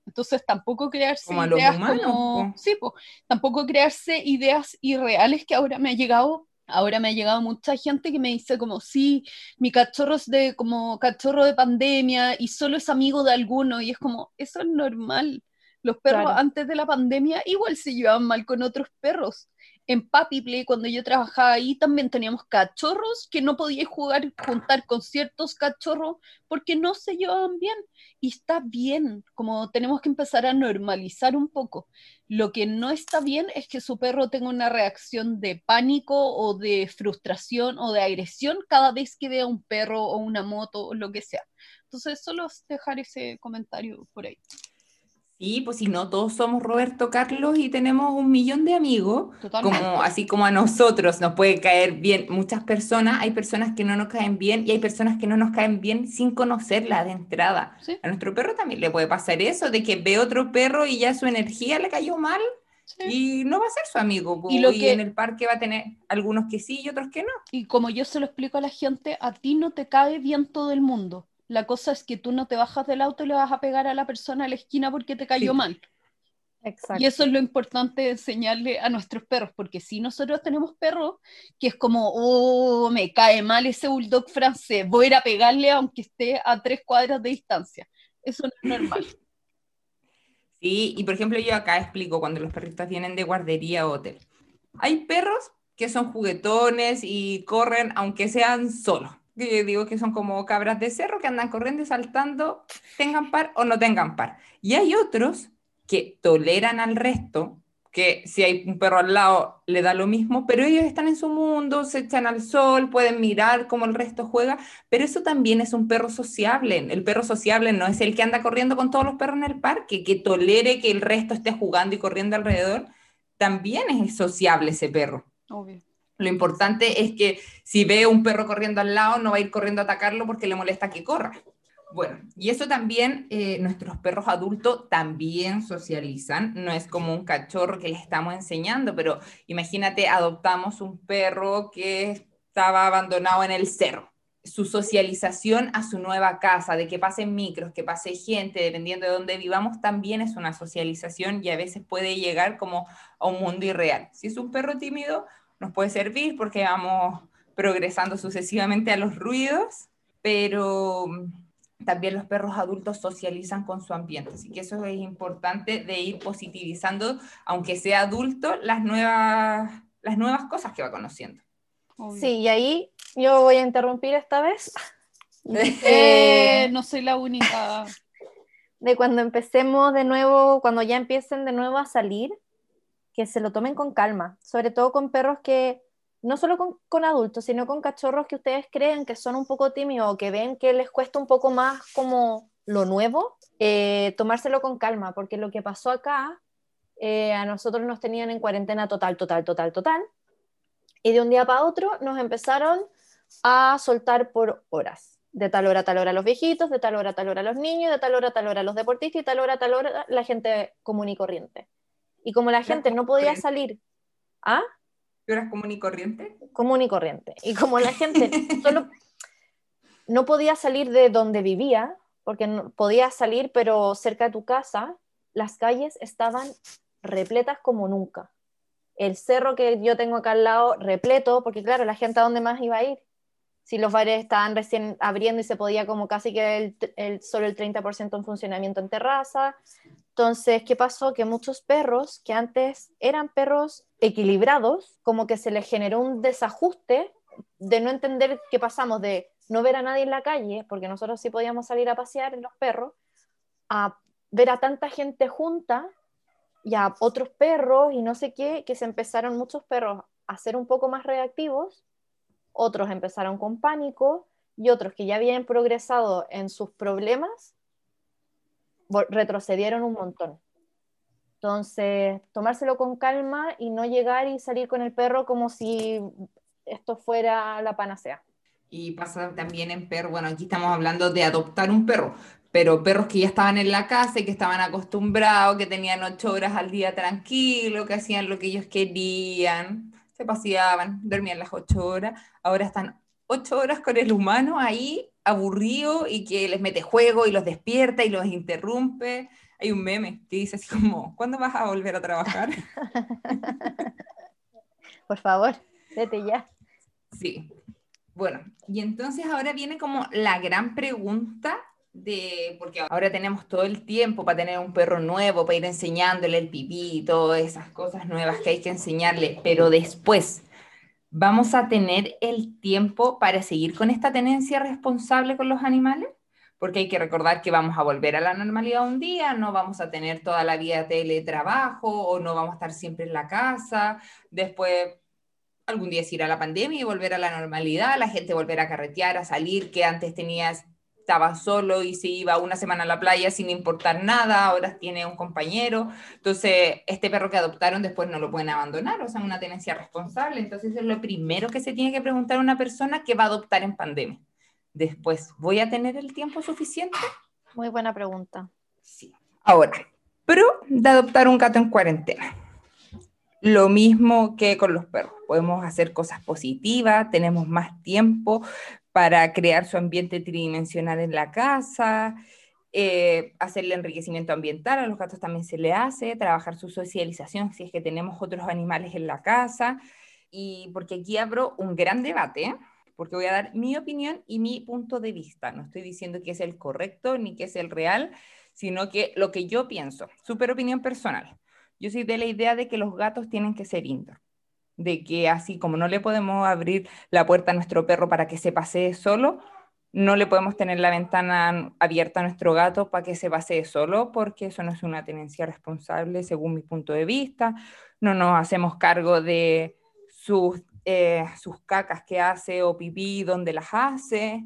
Entonces tampoco crearse como a los ideas humanos, como, po. sí, pues, tampoco crearse ideas irreales que ahora me ha llegado mucha gente que me dice como, sí, mi cachorro es de como cachorro de pandemia y solo es amigo de alguno, y es como, eso es normal. Los perros Claro. antes de la pandemia igual se llevaban mal con otros perros. En Papi Play, cuando yo trabajaba ahí, también teníamos cachorros que no podíais juntar con ciertos cachorros porque no se llevaban bien. Y está bien, como tenemos que empezar a normalizar un poco. Lo que no está bien es que su perro tenga una reacción de pánico o de frustración o de agresión cada vez que vea un perro o una moto o lo que sea. Entonces, solo dejar ese comentario por ahí. Sí, pues si no, todos somos Roberto Carlos y tenemos 1 millón de amigos, Totalmente. así como a nosotros nos puede caer bien muchas personas, hay personas que no nos caen bien y hay personas que no nos caen bien sin conocerla de entrada. Sí, A nuestro perro también le puede pasar eso, de que ve otro perro y ya su energía le cayó mal sí. y no va a ser su amigo, Y po, y en el parque va a tener algunos que sí y otros que no. Y como yo se lo explico a la gente, a ti no te cae bien todo el mundo. La cosa es que tú no te bajas del auto y le vas a pegar a la persona a la esquina porque te Sí, cayó mal. Y eso Exacto. es lo importante de enseñarle a nuestros perros, porque si nosotros tenemos perros, que es como, oh, me cae mal ese bulldog francés, voy a ir a pegarle aunque esté a 3 cuadras de distancia. Eso no es normal. sí, y por ejemplo yo acá explico cuando los perritos vienen de guardería o hotel. Hay perros que son juguetones y corren aunque sean solos. Yo digo que son como cabras de cerro que andan corriendo y saltando, tengan par o no tengan par. Y hay otros que toleran al resto, que si hay un perro al lado le da lo mismo, pero ellos están en su mundo, se echan al sol, pueden mirar cómo el resto juega, pero eso también es un perro sociable. El perro sociable no es el que anda corriendo con todos los perros en el parque, que tolere que el resto esté jugando y corriendo alrededor. También es sociable ese perro. Obvio. Lo importante es que si ve un perro corriendo al lado, no va a ir corriendo a atacarlo porque le molesta que corra. Bueno, y eso también, nuestros perros adultos también socializan, no es como un cachorro que les estamos enseñando, pero imagínate, adoptamos un perro que estaba abandonado en el cerro. Su socialización a su nueva casa, de que pasen micros, que pase gente, dependiendo de dónde vivamos, también es una socialización y a veces puede llegar como a un mundo irreal. Si es un perro tímido, nos puede servir porque vamos progresando sucesivamente a los ruidos, pero también los perros adultos socializan con su ambiente, así que eso es importante de ir positivizando, aunque sea adulto, las nuevas cosas que va conociendo. Obvio. Sí, y ahí yo voy a interrumpir esta vez. No soy la única. De cuando empecemos de nuevo, cuando ya empiecen de nuevo a salir, que se lo tomen con calma, sobre todo con perros que, no solo con adultos, sino con cachorros que ustedes creen que son un poco tímidos o que ven que les cuesta un poco más como lo nuevo, tomárselo con calma, porque lo que pasó acá, a nosotros nos tenían en cuarentena total, y de un día para otro nos empezaron a soltar por horas. De tal hora a tal hora los viejitos, de tal hora a tal hora los niños, de tal hora a tal hora los deportistas y de tal hora a tal hora la gente común y corriente. Y como la gente no podía salir, ¿ah? ¿Qué horas común y corriente? Común y corriente. Y como la gente solo no podía salir de donde vivía, porque no, podía salir pero cerca de tu casa, las calles estaban repletas como nunca. El cerro que yo tengo acá al lado repleto, porque claro, la gente a dónde más iba a ir. Si los bares estaban recién abriendo y se podía como casi que solo el 30% en funcionamiento en terraza. Entonces, ¿qué pasó? Que muchos perros que antes eran perros equilibrados, como que se les generó un desajuste de no entender que pasamos de no ver a nadie en la calle, porque nosotros sí podíamos salir a pasear en los perros, a ver a tanta gente junta y a otros perros y no sé qué, que se empezaron muchos perros a ser un poco más reactivos, otros empezaron con pánico y otros que ya habían progresado en sus problemas retrocedieron un montón. Entonces, tomárselo con calma y no llegar y salir con el perro como si esto fuera la panacea. Y pasa también en perros, bueno, aquí estamos hablando de adoptar un perro, pero perros que ya estaban en la casa y que estaban acostumbrados, que tenían 8 horas al día tranquilo, que hacían lo que ellos querían, se paseaban, dormían las 8 horas, ahora están 8 horas con el humano ahí, aburrido, y que les mete juego y los despierta y los interrumpe. Hay un meme que dice así como, ¿cuándo vas a volver a trabajar? Por favor, vete ya. Sí. Bueno, y entonces ahora viene como la gran pregunta porque ahora tenemos todo el tiempo para tener un perro nuevo, para ir enseñándole el pipí y todas esas cosas nuevas que hay que enseñarle, pero después, ¿vamos a tener el tiempo para seguir con esta tenencia responsable con los animales? Porque hay que recordar que vamos a volver a la normalidad un día, no vamos a tener toda la vida de teletrabajo o no vamos a estar siempre en la casa, después algún día se irá la pandemia y volver a la normalidad, la gente volverá a carretear, a salir, que antes estaba solo y se iba una semana a la playa sin importar nada, ahora tiene un compañero, entonces este perro que adoptaron después no lo pueden abandonar, o sea, una tenencia responsable, entonces eso es lo primero que se tiene que preguntar a una persona que va a adoptar en pandemia. Después, ¿voy a tener el tiempo suficiente? Muy buena pregunta. Sí. Ahora, pro de adoptar un gato en cuarentena. Lo mismo que con los perros, podemos hacer cosas positivas, tenemos más tiempo para crear su ambiente tridimensional en la casa, hacerle enriquecimiento ambiental, a los gatos también se le hace, trabajar su socialización si es que tenemos otros animales en la casa, y porque aquí abro un gran debate, porque voy a dar mi opinión y mi punto de vista, no estoy diciendo que es el correcto ni que es el real, sino que lo que yo pienso, súper opinión personal. Yo soy de la idea de que los gatos tienen que ser indoor, de que así como no le podemos abrir la puerta a nuestro perro para que se pasee solo, no le podemos tener la ventana abierta a nuestro gato para que se pasee solo, porque eso no es una tenencia responsable según mi punto de vista. No nos hacemos cargo de sus cacas que hace o pipí, donde las hace.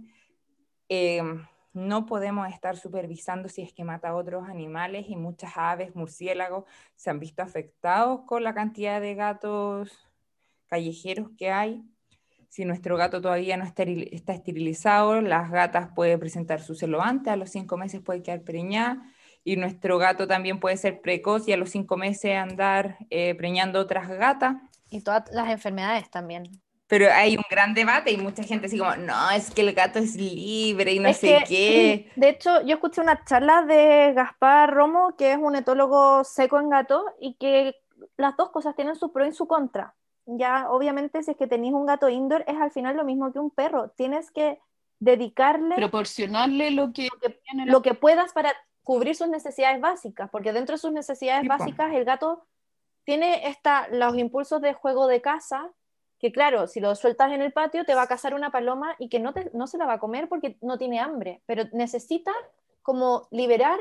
Eh, no podemos estar supervisando si es que mata a otros animales y muchas aves, murciélagos se han visto afectados con la cantidad de gatos callejeros que hay. Si nuestro gato todavía no está esterilizado, las gatas pueden presentar su celo antes, a los 5 meses puede quedar preñada, y nuestro gato también puede ser precoz y a los 5 meses andar preñando otras gatas. Y todas las enfermedades también. Pero hay un gran debate y mucha gente así como, no, es que el gato es libre y no Es sé que, qué. de hecho, yo escuché una charla de Gaspar Romo, que es un etólogo seco en gato, y que las dos cosas tienen su pro y su contra. Ya, obviamente, si es que tenéis un gato indoor, es al final lo mismo que un perro. Tienes que dedicarle proporcionarle lo que puedas para cubrir sus necesidades básicas, porque dentro de sus necesidades Sí, básicas el gato tiene los impulsos de juego de caza, que claro, si lo sueltas en el patio te va a cazar una paloma y que no se la va a comer porque no tiene hambre, pero necesita como liberar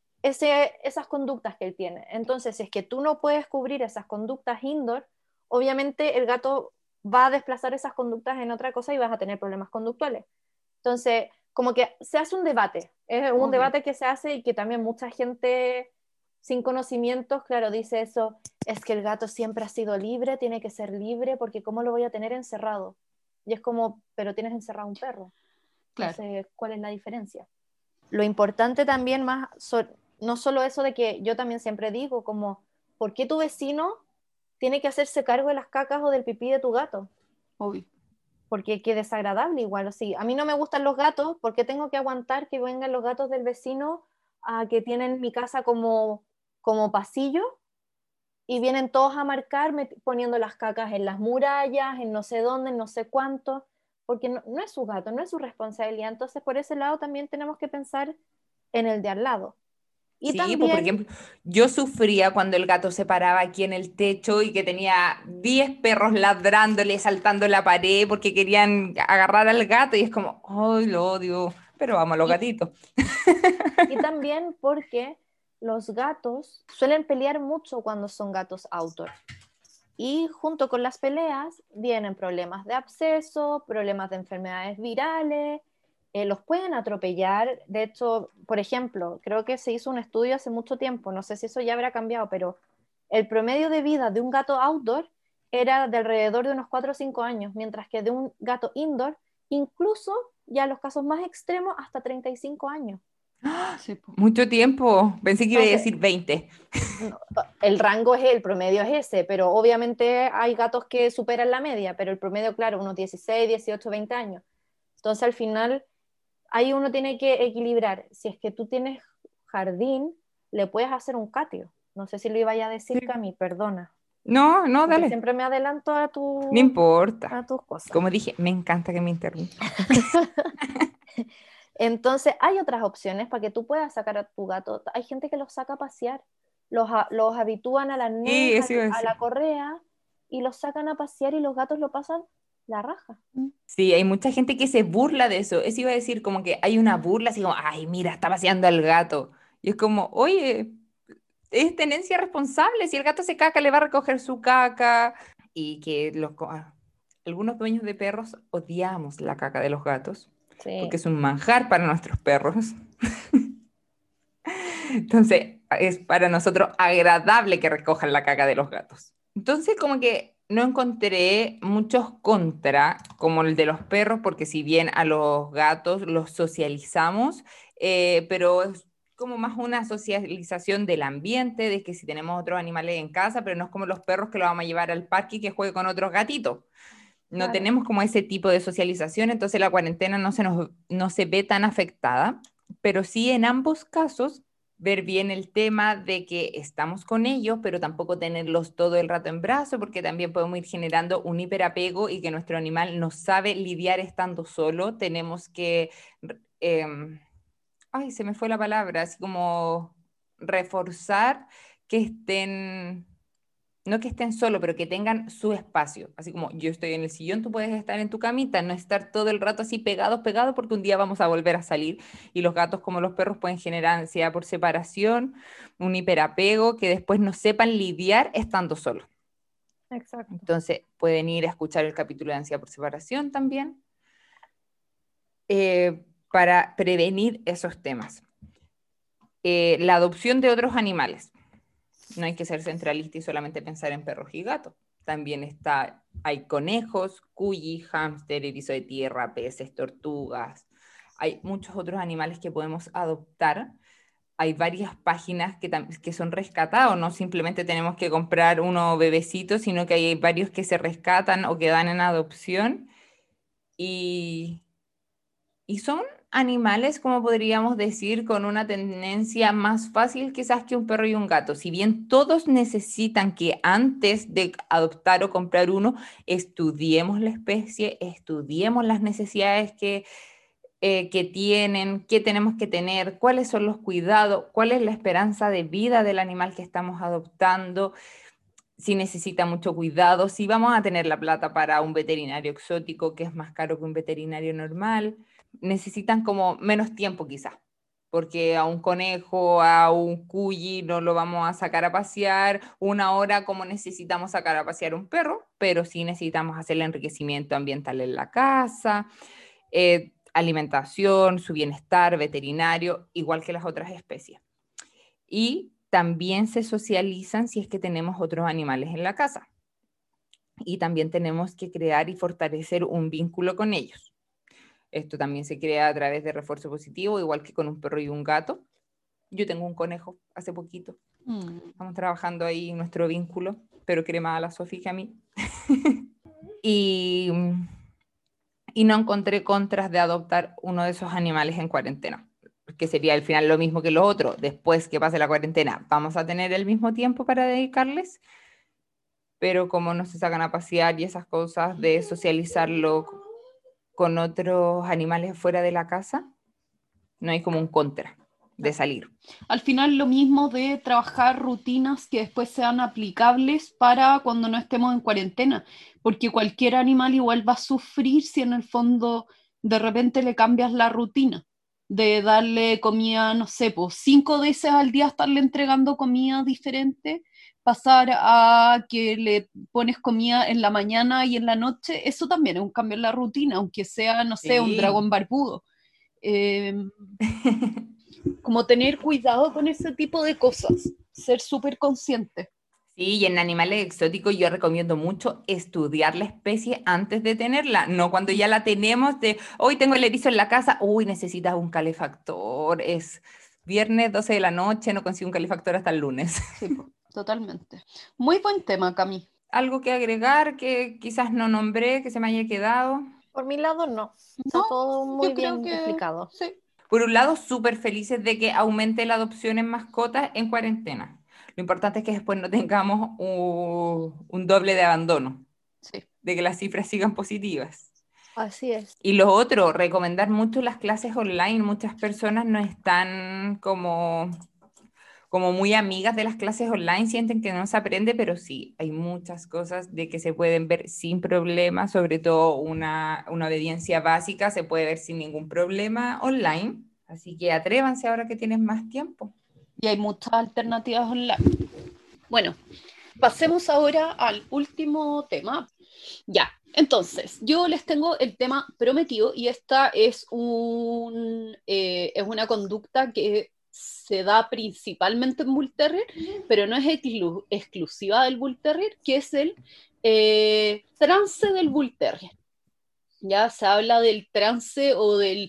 esas conductas que él tiene. Entonces, si es que tú no puedes cubrir esas conductas indoor, obviamente el gato va a desplazar esas conductas en otra cosa y vas a tener problemas conductuales. Entonces, como que se hace un debate, es un debate que se hace y que también mucha gente sin conocimientos, claro, dice eso, es que el gato siempre ha sido libre, tiene que ser libre, porque ¿cómo lo voy a tener encerrado? Y es como, pero tienes encerrado un perro. Entonces, ¿cuál es la diferencia? Lo importante también no solo eso de que yo también siempre digo, como, ¿por qué tu vecino tiene que hacerse cargo de las cacas o del pipí de tu gato? Obvio. Porque qué desagradable igual, así. A mí no me gustan los gatos, ¿por qué tengo que aguantar que vengan los gatos del vecino a que tienen mi casa como pasillo y vienen todos a marcarme poniendo las cacas en las murallas, en no sé dónde, en no sé cuánto, porque no es su gato, no es su responsabilidad. Entonces, por ese lado también tenemos que pensar en el de al lado. Y Sí, también, pues por ejemplo, yo sufría cuando el gato se paraba aquí en el techo y que tenía 10 perros ladrándole, saltando la pared porque querían agarrar al gato y es como, ¡ay, lo odio! Pero vamos a los gatitos. y también porque los gatos suelen pelear mucho cuando son gatos outdoor. Y junto con las peleas vienen problemas de absceso, problemas de enfermedades virales, los pueden atropellar. De hecho, por ejemplo, creo que se hizo un estudio hace mucho tiempo, no sé si eso ya habrá cambiado, pero el promedio de vida de un gato outdoor era de alrededor de unos 4 o 5 años, mientras que de un gato indoor, incluso ya los casos más extremos, hasta 35 años. Sí, po. Mucho tiempo. Pensé que iba a Entonces, decir 20. el rango el promedio es ese, pero obviamente hay gatos que superan la media, pero el promedio, claro, unos 16, 18, 20 años. Entonces, al final, ahí uno tiene que equilibrar. Si es que tú tienes jardín, le puedes hacer un catio. No sé si lo iba a decir, Sí. Cami, perdona. No, Porque dale. siempre me adelanto a No importa. tus cosas. Como dije, me encanta que me interrumpa. Entonces, hay otras opciones para que tú puedas sacar a tu gato. Hay gente que los saca a pasear, los habitúan al arnés, Sí, eso iba a a decir. la correa, y los sacan a pasear y los gatos lo pasan la raja. Sí, hay mucha gente que se burla de eso. Eso iba a decir, como que hay una burla, así como, ay, mira, está paseando al gato. Y es como, oye, es tenencia responsable. Si el gato se caca, le va a recoger su caca. Y que algunos dueños de perros odiamos la caca de los gatos, porque Sí. es un manjar para nuestros perros. Entonces, es para nosotros agradable que recojan la caca de los gatos. Entonces, como que no encontré muchos contra, como el de los perros, porque si bien a los gatos los socializamos, pero es como más una socialización del ambiente, de que si tenemos otros animales en casa, pero no es como los perros que los vamos a llevar al parque y que juegue con otros gatitos. No Claro. tenemos como ese tipo de socialización, entonces la cuarentena no se ve tan afectada, pero sí en ambos casos ver bien el tema de que estamos con ellos, pero tampoco tenerlos todo el rato en brazo, porque también podemos ir generando un hiperapego y que nuestro animal no sabe lidiar estando solo. Tenemos que, ay, se me fue la palabra, así como reforzar que estén, no que estén solo, pero que tengan su espacio. Así como yo estoy en el sillón, tú puedes estar en tu camita, no estar todo el rato así pegados, porque un día vamos a volver a salir. Y los gatos, como los perros, pueden generar ansiedad por separación, un hiperapego, que después no sepan lidiar estando solos. Exacto. Entonces pueden ir a escuchar el capítulo de ansiedad por separación también, para prevenir esos temas. La adopción de otros animales. No hay que ser centralista y solamente pensar en perros y gatos. También hay conejos, cuyi, hámster, erizo de tierra, peces, tortugas. Hay muchos otros animales que podemos adoptar. Hay varias páginas que son rescatados, no simplemente tenemos que comprar uno bebecito, sino que hay varios que se rescatan o que dan en adopción. Y son animales, como podríamos decir, con una tendencia más fácil quizás que un perro y un gato. Si bien todos necesitan que antes de adoptar o comprar uno, estudiemos la especie, estudiemos las necesidades que tienen, qué tenemos que tener, cuáles son los cuidados, cuál es la esperanza de vida del animal que estamos adoptando, si necesita mucho cuidado, si vamos a tener la plata para un veterinario exótico que es más caro que un veterinario normal. Necesitan como menos tiempo quizás, porque a un conejo, a un cuyi no lo vamos a sacar a pasear 1 hora como necesitamos sacar a pasear un perro, pero sí necesitamos hacer el enriquecimiento ambiental en la casa, alimentación, su bienestar veterinario, igual que las otras especies. Y también se socializan si es que tenemos otros animales en la casa. Y también tenemos que crear y fortalecer un vínculo con ellos. Esto también se crea a través de refuerzo positivo, igual que con un perro y un gato. Yo tengo un conejo hace poquito. Estamos trabajando ahí en nuestro vínculo, pero quiere más a la Sofía que a mí. y no encontré contras de adoptar uno de esos animales en cuarentena, que sería al final lo mismo que lo otro. Después que pase la cuarentena, vamos a tener el mismo tiempo para dedicarles, pero como no se sacan a pasear y esas cosas de socializarlo con otros animales fuera de la casa, no hay como un contra de salir. Al final lo mismo de trabajar rutinas que después sean aplicables para cuando no estemos en cuarentena, porque cualquier animal igual va a sufrir si en el fondo de repente le cambias la rutina de darle comida, no sé, pues 5 veces al día estarle entregando comida diferente, pasar a que le pones comida en la mañana y en la noche, eso también es un cambio en la rutina, aunque sea, no sé, un dragón barbudo. Como tener cuidado con ese tipo de cosas, ser súper consciente. Sí, y en animales exóticos yo recomiendo mucho estudiar la especie antes de tenerla, no cuando ya la tenemos de, hoy tengo el erizo en la casa, uy, necesitas un calefactor, es viernes 12 de la noche, no consigo un calefactor hasta el lunes. Sí, totalmente. Muy buen tema, Cami. ¿Algo que agregar que quizás no nombré, que se me haya quedado? Por mi lado, no. Está No, todo muy yo creo bien que explicado. sí. por un lado, súper felices de que aumente la adopción en mascotas en cuarentena. Lo importante es que después no tengamos un doble de abandono, Sí. de que las cifras sigan positivas. Así es. Y lo otro, recomendar mucho las clases online. Muchas personas no están como muy amigas de las clases online, sienten que no se aprende, pero sí, hay muchas cosas de que se pueden ver sin problema, sobre todo una obediencia básica se puede ver sin ningún problema online, así que atrévanse ahora que tienes más tiempo. Y hay muchas alternativas online. Bueno, pasemos ahora al último tema. Ya, entonces, yo les tengo el tema prometido y esta es una conducta que se da principalmente en Bull Terrier, pero no es exclusiva del Bull Terrier, que es el trance del Bull Terrier. Ya se habla del trance o del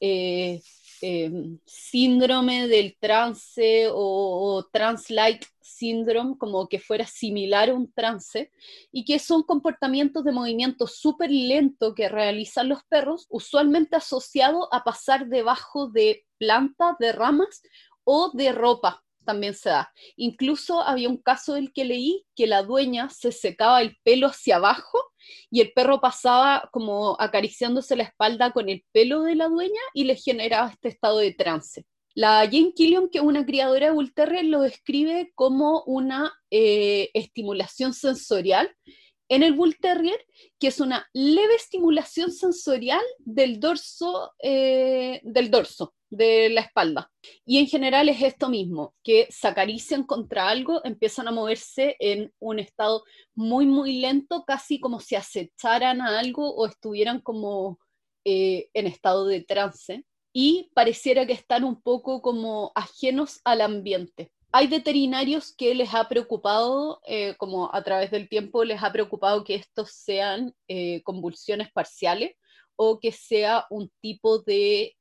síndrome del trance o trance-like syndrome, como que fuera similar a un trance, y que son comportamientos de movimiento súper lento que realizan los perros, usualmente asociado a pasar debajo de plantas, de ramas o de ropa. También se da. Incluso había un caso del que leí que la dueña se secaba el pelo hacia abajo y el perro pasaba como acariciándose la espalda con el pelo de la dueña y le generaba este estado de trance. La Jane Killian, que es una criadora de Bull Terrier, lo describe como una estimulación sensorial en el Bull Terrier, que es una leve estimulación sensorial del dorso de la espalda. Y en general es esto mismo, que se acarician contra algo, empiezan a moverse en un estado muy, muy lento, casi como si acecharan a algo o estuvieran como en estado de trance, y pareciera que están un poco como ajenos al ambiente. Hay veterinarios que les ha preocupado, como a través del tiempo les ha preocupado que estos sean convulsiones parciales o que sea un tipo de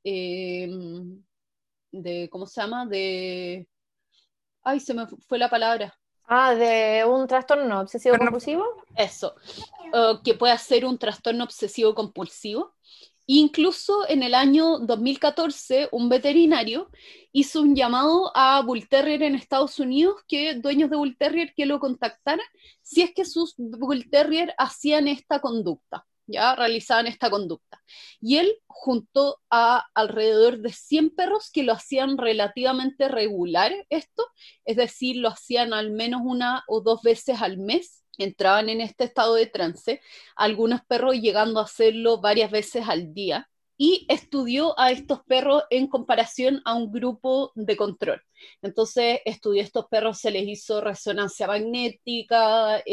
¿cómo se llama? Ay, se me fue la palabra. De un trastorno obsesivo compulsivo. Eso, que pueda ser un trastorno obsesivo compulsivo. Incluso en el año 2014, un veterinario hizo un llamado a Bull Terrier en Estados Unidos, que dueños de Bull Terrier que lo contactaran si es que sus Bull Terrier hacían esta conducta, ya realizaban esta conducta. Y él juntó a alrededor de 100 perros que lo hacían relativamente regular esto, es decir, lo hacían al menos 1 o 2 veces al mes, entraban en este estado de trance, algunos perros llegando a hacerlo varias veces al día, y estudió a estos perros en comparación a un grupo de control. Entonces estudió a estos perros, se les hizo resonancia magnética,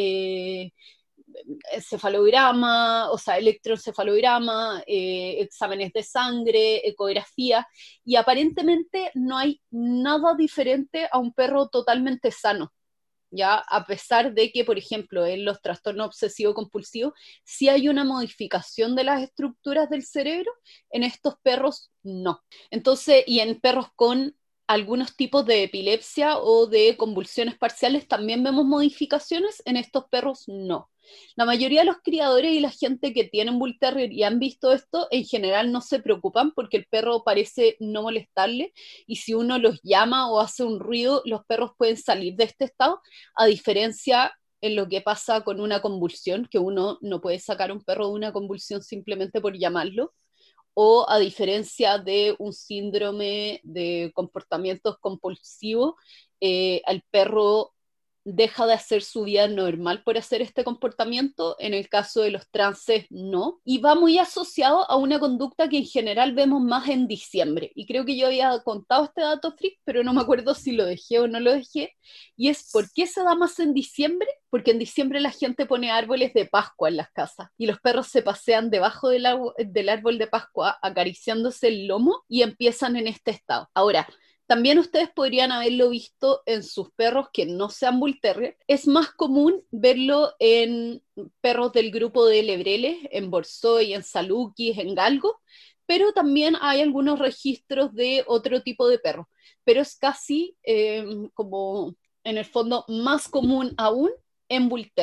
encefalograma, o sea, electroencefalograma, exámenes de sangre, ecografía, y aparentemente no hay nada diferente a un perro totalmente sano. Ya, a pesar de que, por ejemplo, en los trastornos obsesivo-compulsivos sí hay una modificación de las estructuras del cerebro, en estos perros no. Entonces, y en perros con algunos tipos de epilepsia o de convulsiones parciales también vemos modificaciones, en estos perros no. La mayoría de los criadores y la gente que tienen Bull Terrier y han visto esto, en general no se preocupan porque el perro parece no molestarle, y si uno los llama o hace un ruido, los perros pueden salir de este estado, a diferencia en lo que pasa con una convulsión, que uno no puede sacar a un perro de una convulsión simplemente por llamarlo, o a diferencia de un síndrome de comportamientos compulsivos, el perro deja de hacer su vida normal por hacer este comportamiento. En el caso de los trances no, y va muy asociado a una conducta que en general vemos más en diciembre, y creo que yo había contado este dato freak, pero no me acuerdo si lo dejé o no lo dejé, y es ¿por qué se da más en diciembre? Porque en diciembre la gente pone árboles de Pascua en las casas, y los perros se pasean debajo del árbol de Pascua acariciándose el lomo y empiezan en este estado. Ahora, también ustedes podrían haberlo visto en sus perros que no sean Bull Terrier. Es más común verlo en perros del grupo de Lebreles, en Borzoi, en Salukis, en Galgo, pero también hay algunos registros de otro tipo de perros. Pero es casi como, en el fondo, más común aún en Bull Terrier.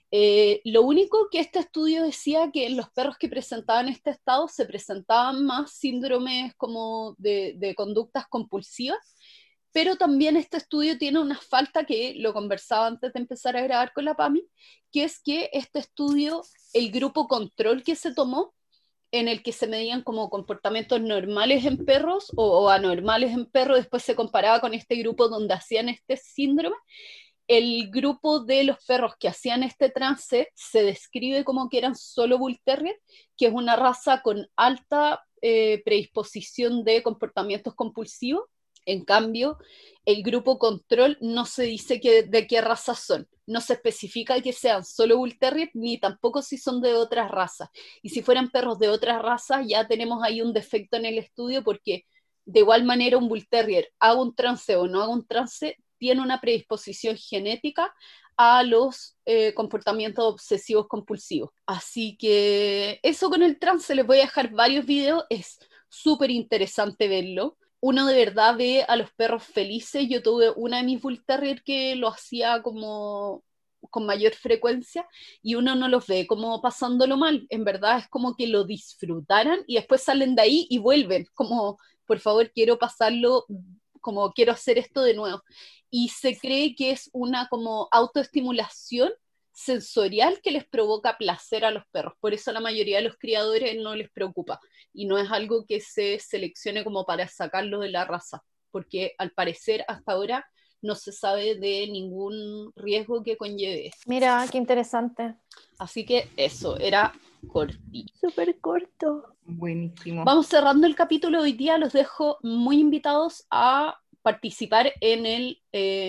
Lo único que este estudio decía que en los perros que presentaban este estado se presentaban más síndromes como de conductas compulsivas, pero también este estudio tiene una falta que lo conversaba antes de empezar a grabar con la PAMI, que es que este estudio, el grupo control que se tomó, en el que se medían como comportamientos normales en perros o anormales en perros, después se comparaba con este grupo donde hacían este síndrome. El grupo de los perros que hacían este trance se describe como que eran solo Bull Terrier, que es una raza con alta predisposición de comportamientos compulsivos. En cambio, el grupo control no se dice de qué raza son. No se especifica que sean solo Bull Terrier, ni tampoco si son de otras razas. Y si fueran perros de otras razas, ya tenemos ahí un defecto en el estudio, porque de igual manera un Bull Terrier, haga un trance o no haga un trance, tiene una predisposición genética a los comportamientos obsesivos compulsivos. Así que eso con el trance, les voy a dejar varios videos, es súper interesante verlo. Uno de verdad ve a los perros felices. Yo tuve una de mis Bull Terrier que lo hacía como con mayor frecuencia y uno no los ve como pasándolo mal. En verdad es como que lo disfrutaran y después salen de ahí y vuelven, como por favor quiero pasarlo, como quiero hacer esto de nuevo. Y se cree que es una como autoestimulación sensorial que les provoca placer a los perros. Por eso la mayoría de los criadores no les preocupa. Y no es algo que se seleccione como para sacarlo de la raza. Porque al parecer hasta ahora no se sabe de ningún riesgo que conlleve. Mira, qué interesante. Así que eso, era cortito. Súper corto. Buenísimo. Vamos cerrando el capítulo de hoy día. Los dejo muy invitados a participar en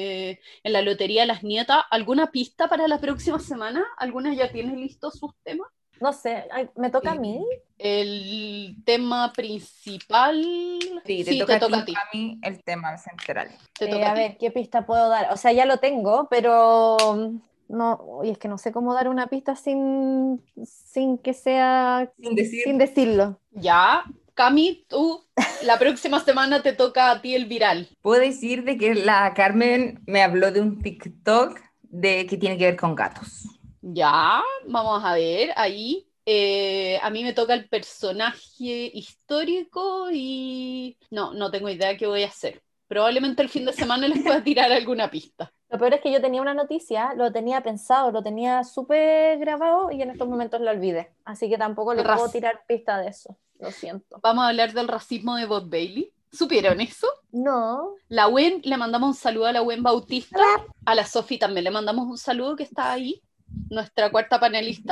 la Lotería de las Nietas. ¿Alguna pista para la próxima semana? ¿Algunas ya tienen listos sus temas? No sé, ¿me toca a mí? El tema principal... Sí, te toca a ti el tema central. A ver, ¿qué pista puedo dar? O sea, ya lo tengo, pero no, y es que no sé cómo dar una pista sin que sea... Sin decirlo. Ya, Cami, tú, la próxima semana te toca a ti el viral. Puedo decir de que la Carmen me habló de un TikTok que tiene que ver con gatos. Ya, vamos a ver, ahí. A mí me toca el personaje histórico y no tengo idea de qué voy a hacer. Probablemente el fin de semana les pueda tirar alguna pista. Lo peor es que yo tenía una noticia, lo tenía pensado, lo tenía súper grabado y en estos momentos lo olvidé. Así que tampoco le puedo tirar pista de eso. Lo siento. Vamos a hablar del racismo de Bob Bailey. ¿Supieron eso? No. La Gwen, le mandamos un saludo a la Gwen Bautista. A la Sofi también le mandamos un saludo, que está ahí, nuestra cuarta panelista.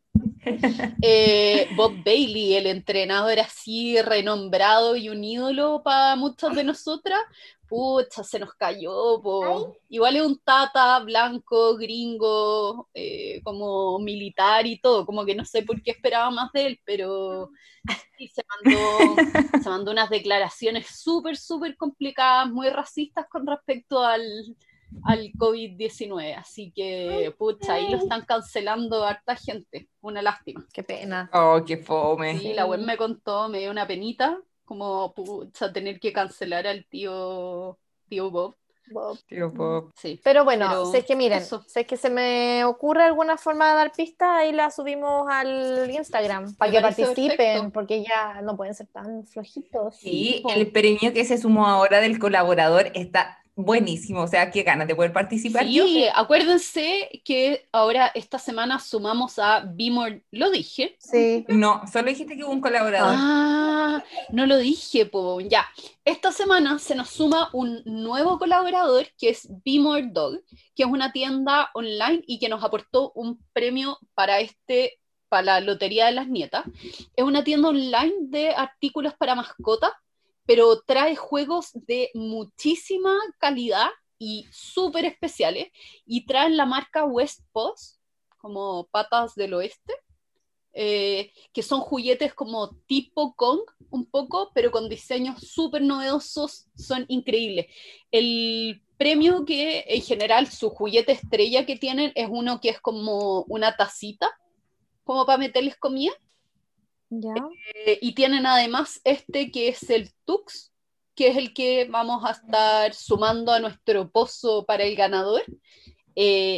Bob Bailey, el entrenador así renombrado y un ídolo para muchos de nosotras, pucha, se nos cayó, po. Igual es un tata blanco, gringo, como militar y todo, como que no sé por qué esperaba más de él, pero sí, se mandó unas declaraciones súper, súper complicadas, muy racistas con respecto al COVID-19, así que pucha, ahí lo están cancelando harta gente, una lástima. Qué pena. Oh, qué fome. Sí, la web me contó, me dio una penita, como pucha, tener que cancelar al tío Bob. Tío Bob. Sí. Pero bueno, sé que miren, sé que se me ocurre alguna forma de dar pistas, ahí la subimos al Instagram para que participen, perfecto. Porque ya no pueden ser tan flojitos. Sí, el premio que se sumó ahora del colaborador está buenísimo, o sea, qué ganas de poder participar. Sí, acuérdense que ahora esta semana sumamos a Be More, ¿lo dije? Sí. No, solo dijiste que hubo un colaborador. Ah, no lo dije, po. Ya. Esta semana se nos suma un nuevo colaborador que es Be More Dog, que es una tienda online y que nos aportó un premio para la Lotería de las Nietas. Es una tienda online de artículos para mascotas, pero trae juegos de muchísima calidad y súper especiales, y traen la marca West Paws, como patas del oeste, que son juguetes como tipo Kong, un poco, pero con diseños súper novedosos, son increíbles. El premio que, en general, su juguete estrella que tienen es uno que es como una tacita, como para meterles comida. ¿Ya? Y tienen además que es el Tux, que es el que vamos a estar sumando a nuestro pozo para el ganador.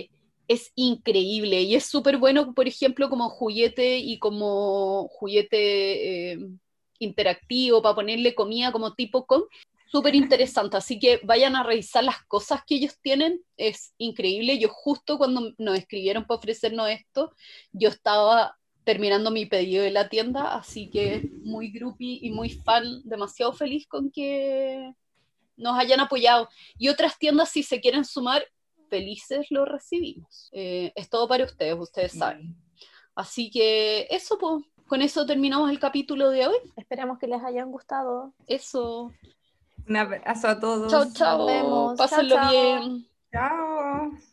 es increíble y es súper bueno, por ejemplo, como juguete y como juguete interactivo para ponerle comida como tipo con, súper interesante, así que vayan a revisar las cosas que ellos tienen, es increíble. Yo justo cuando nos escribieron para ofrecernos esto, yo estaba terminando mi pedido de la tienda, así que muy groupie y muy fan, demasiado feliz con que nos hayan apoyado. Y otras tiendas, si se quieren sumar, felices lo recibimos. Es todo para ustedes saben. Así que eso, pues, con eso terminamos el capítulo de hoy. Esperamos que les hayan gustado. Eso. Un abrazo a todos. Chao, chao. Nos vemos. Pásenlo Chao, chao. bien. Chao.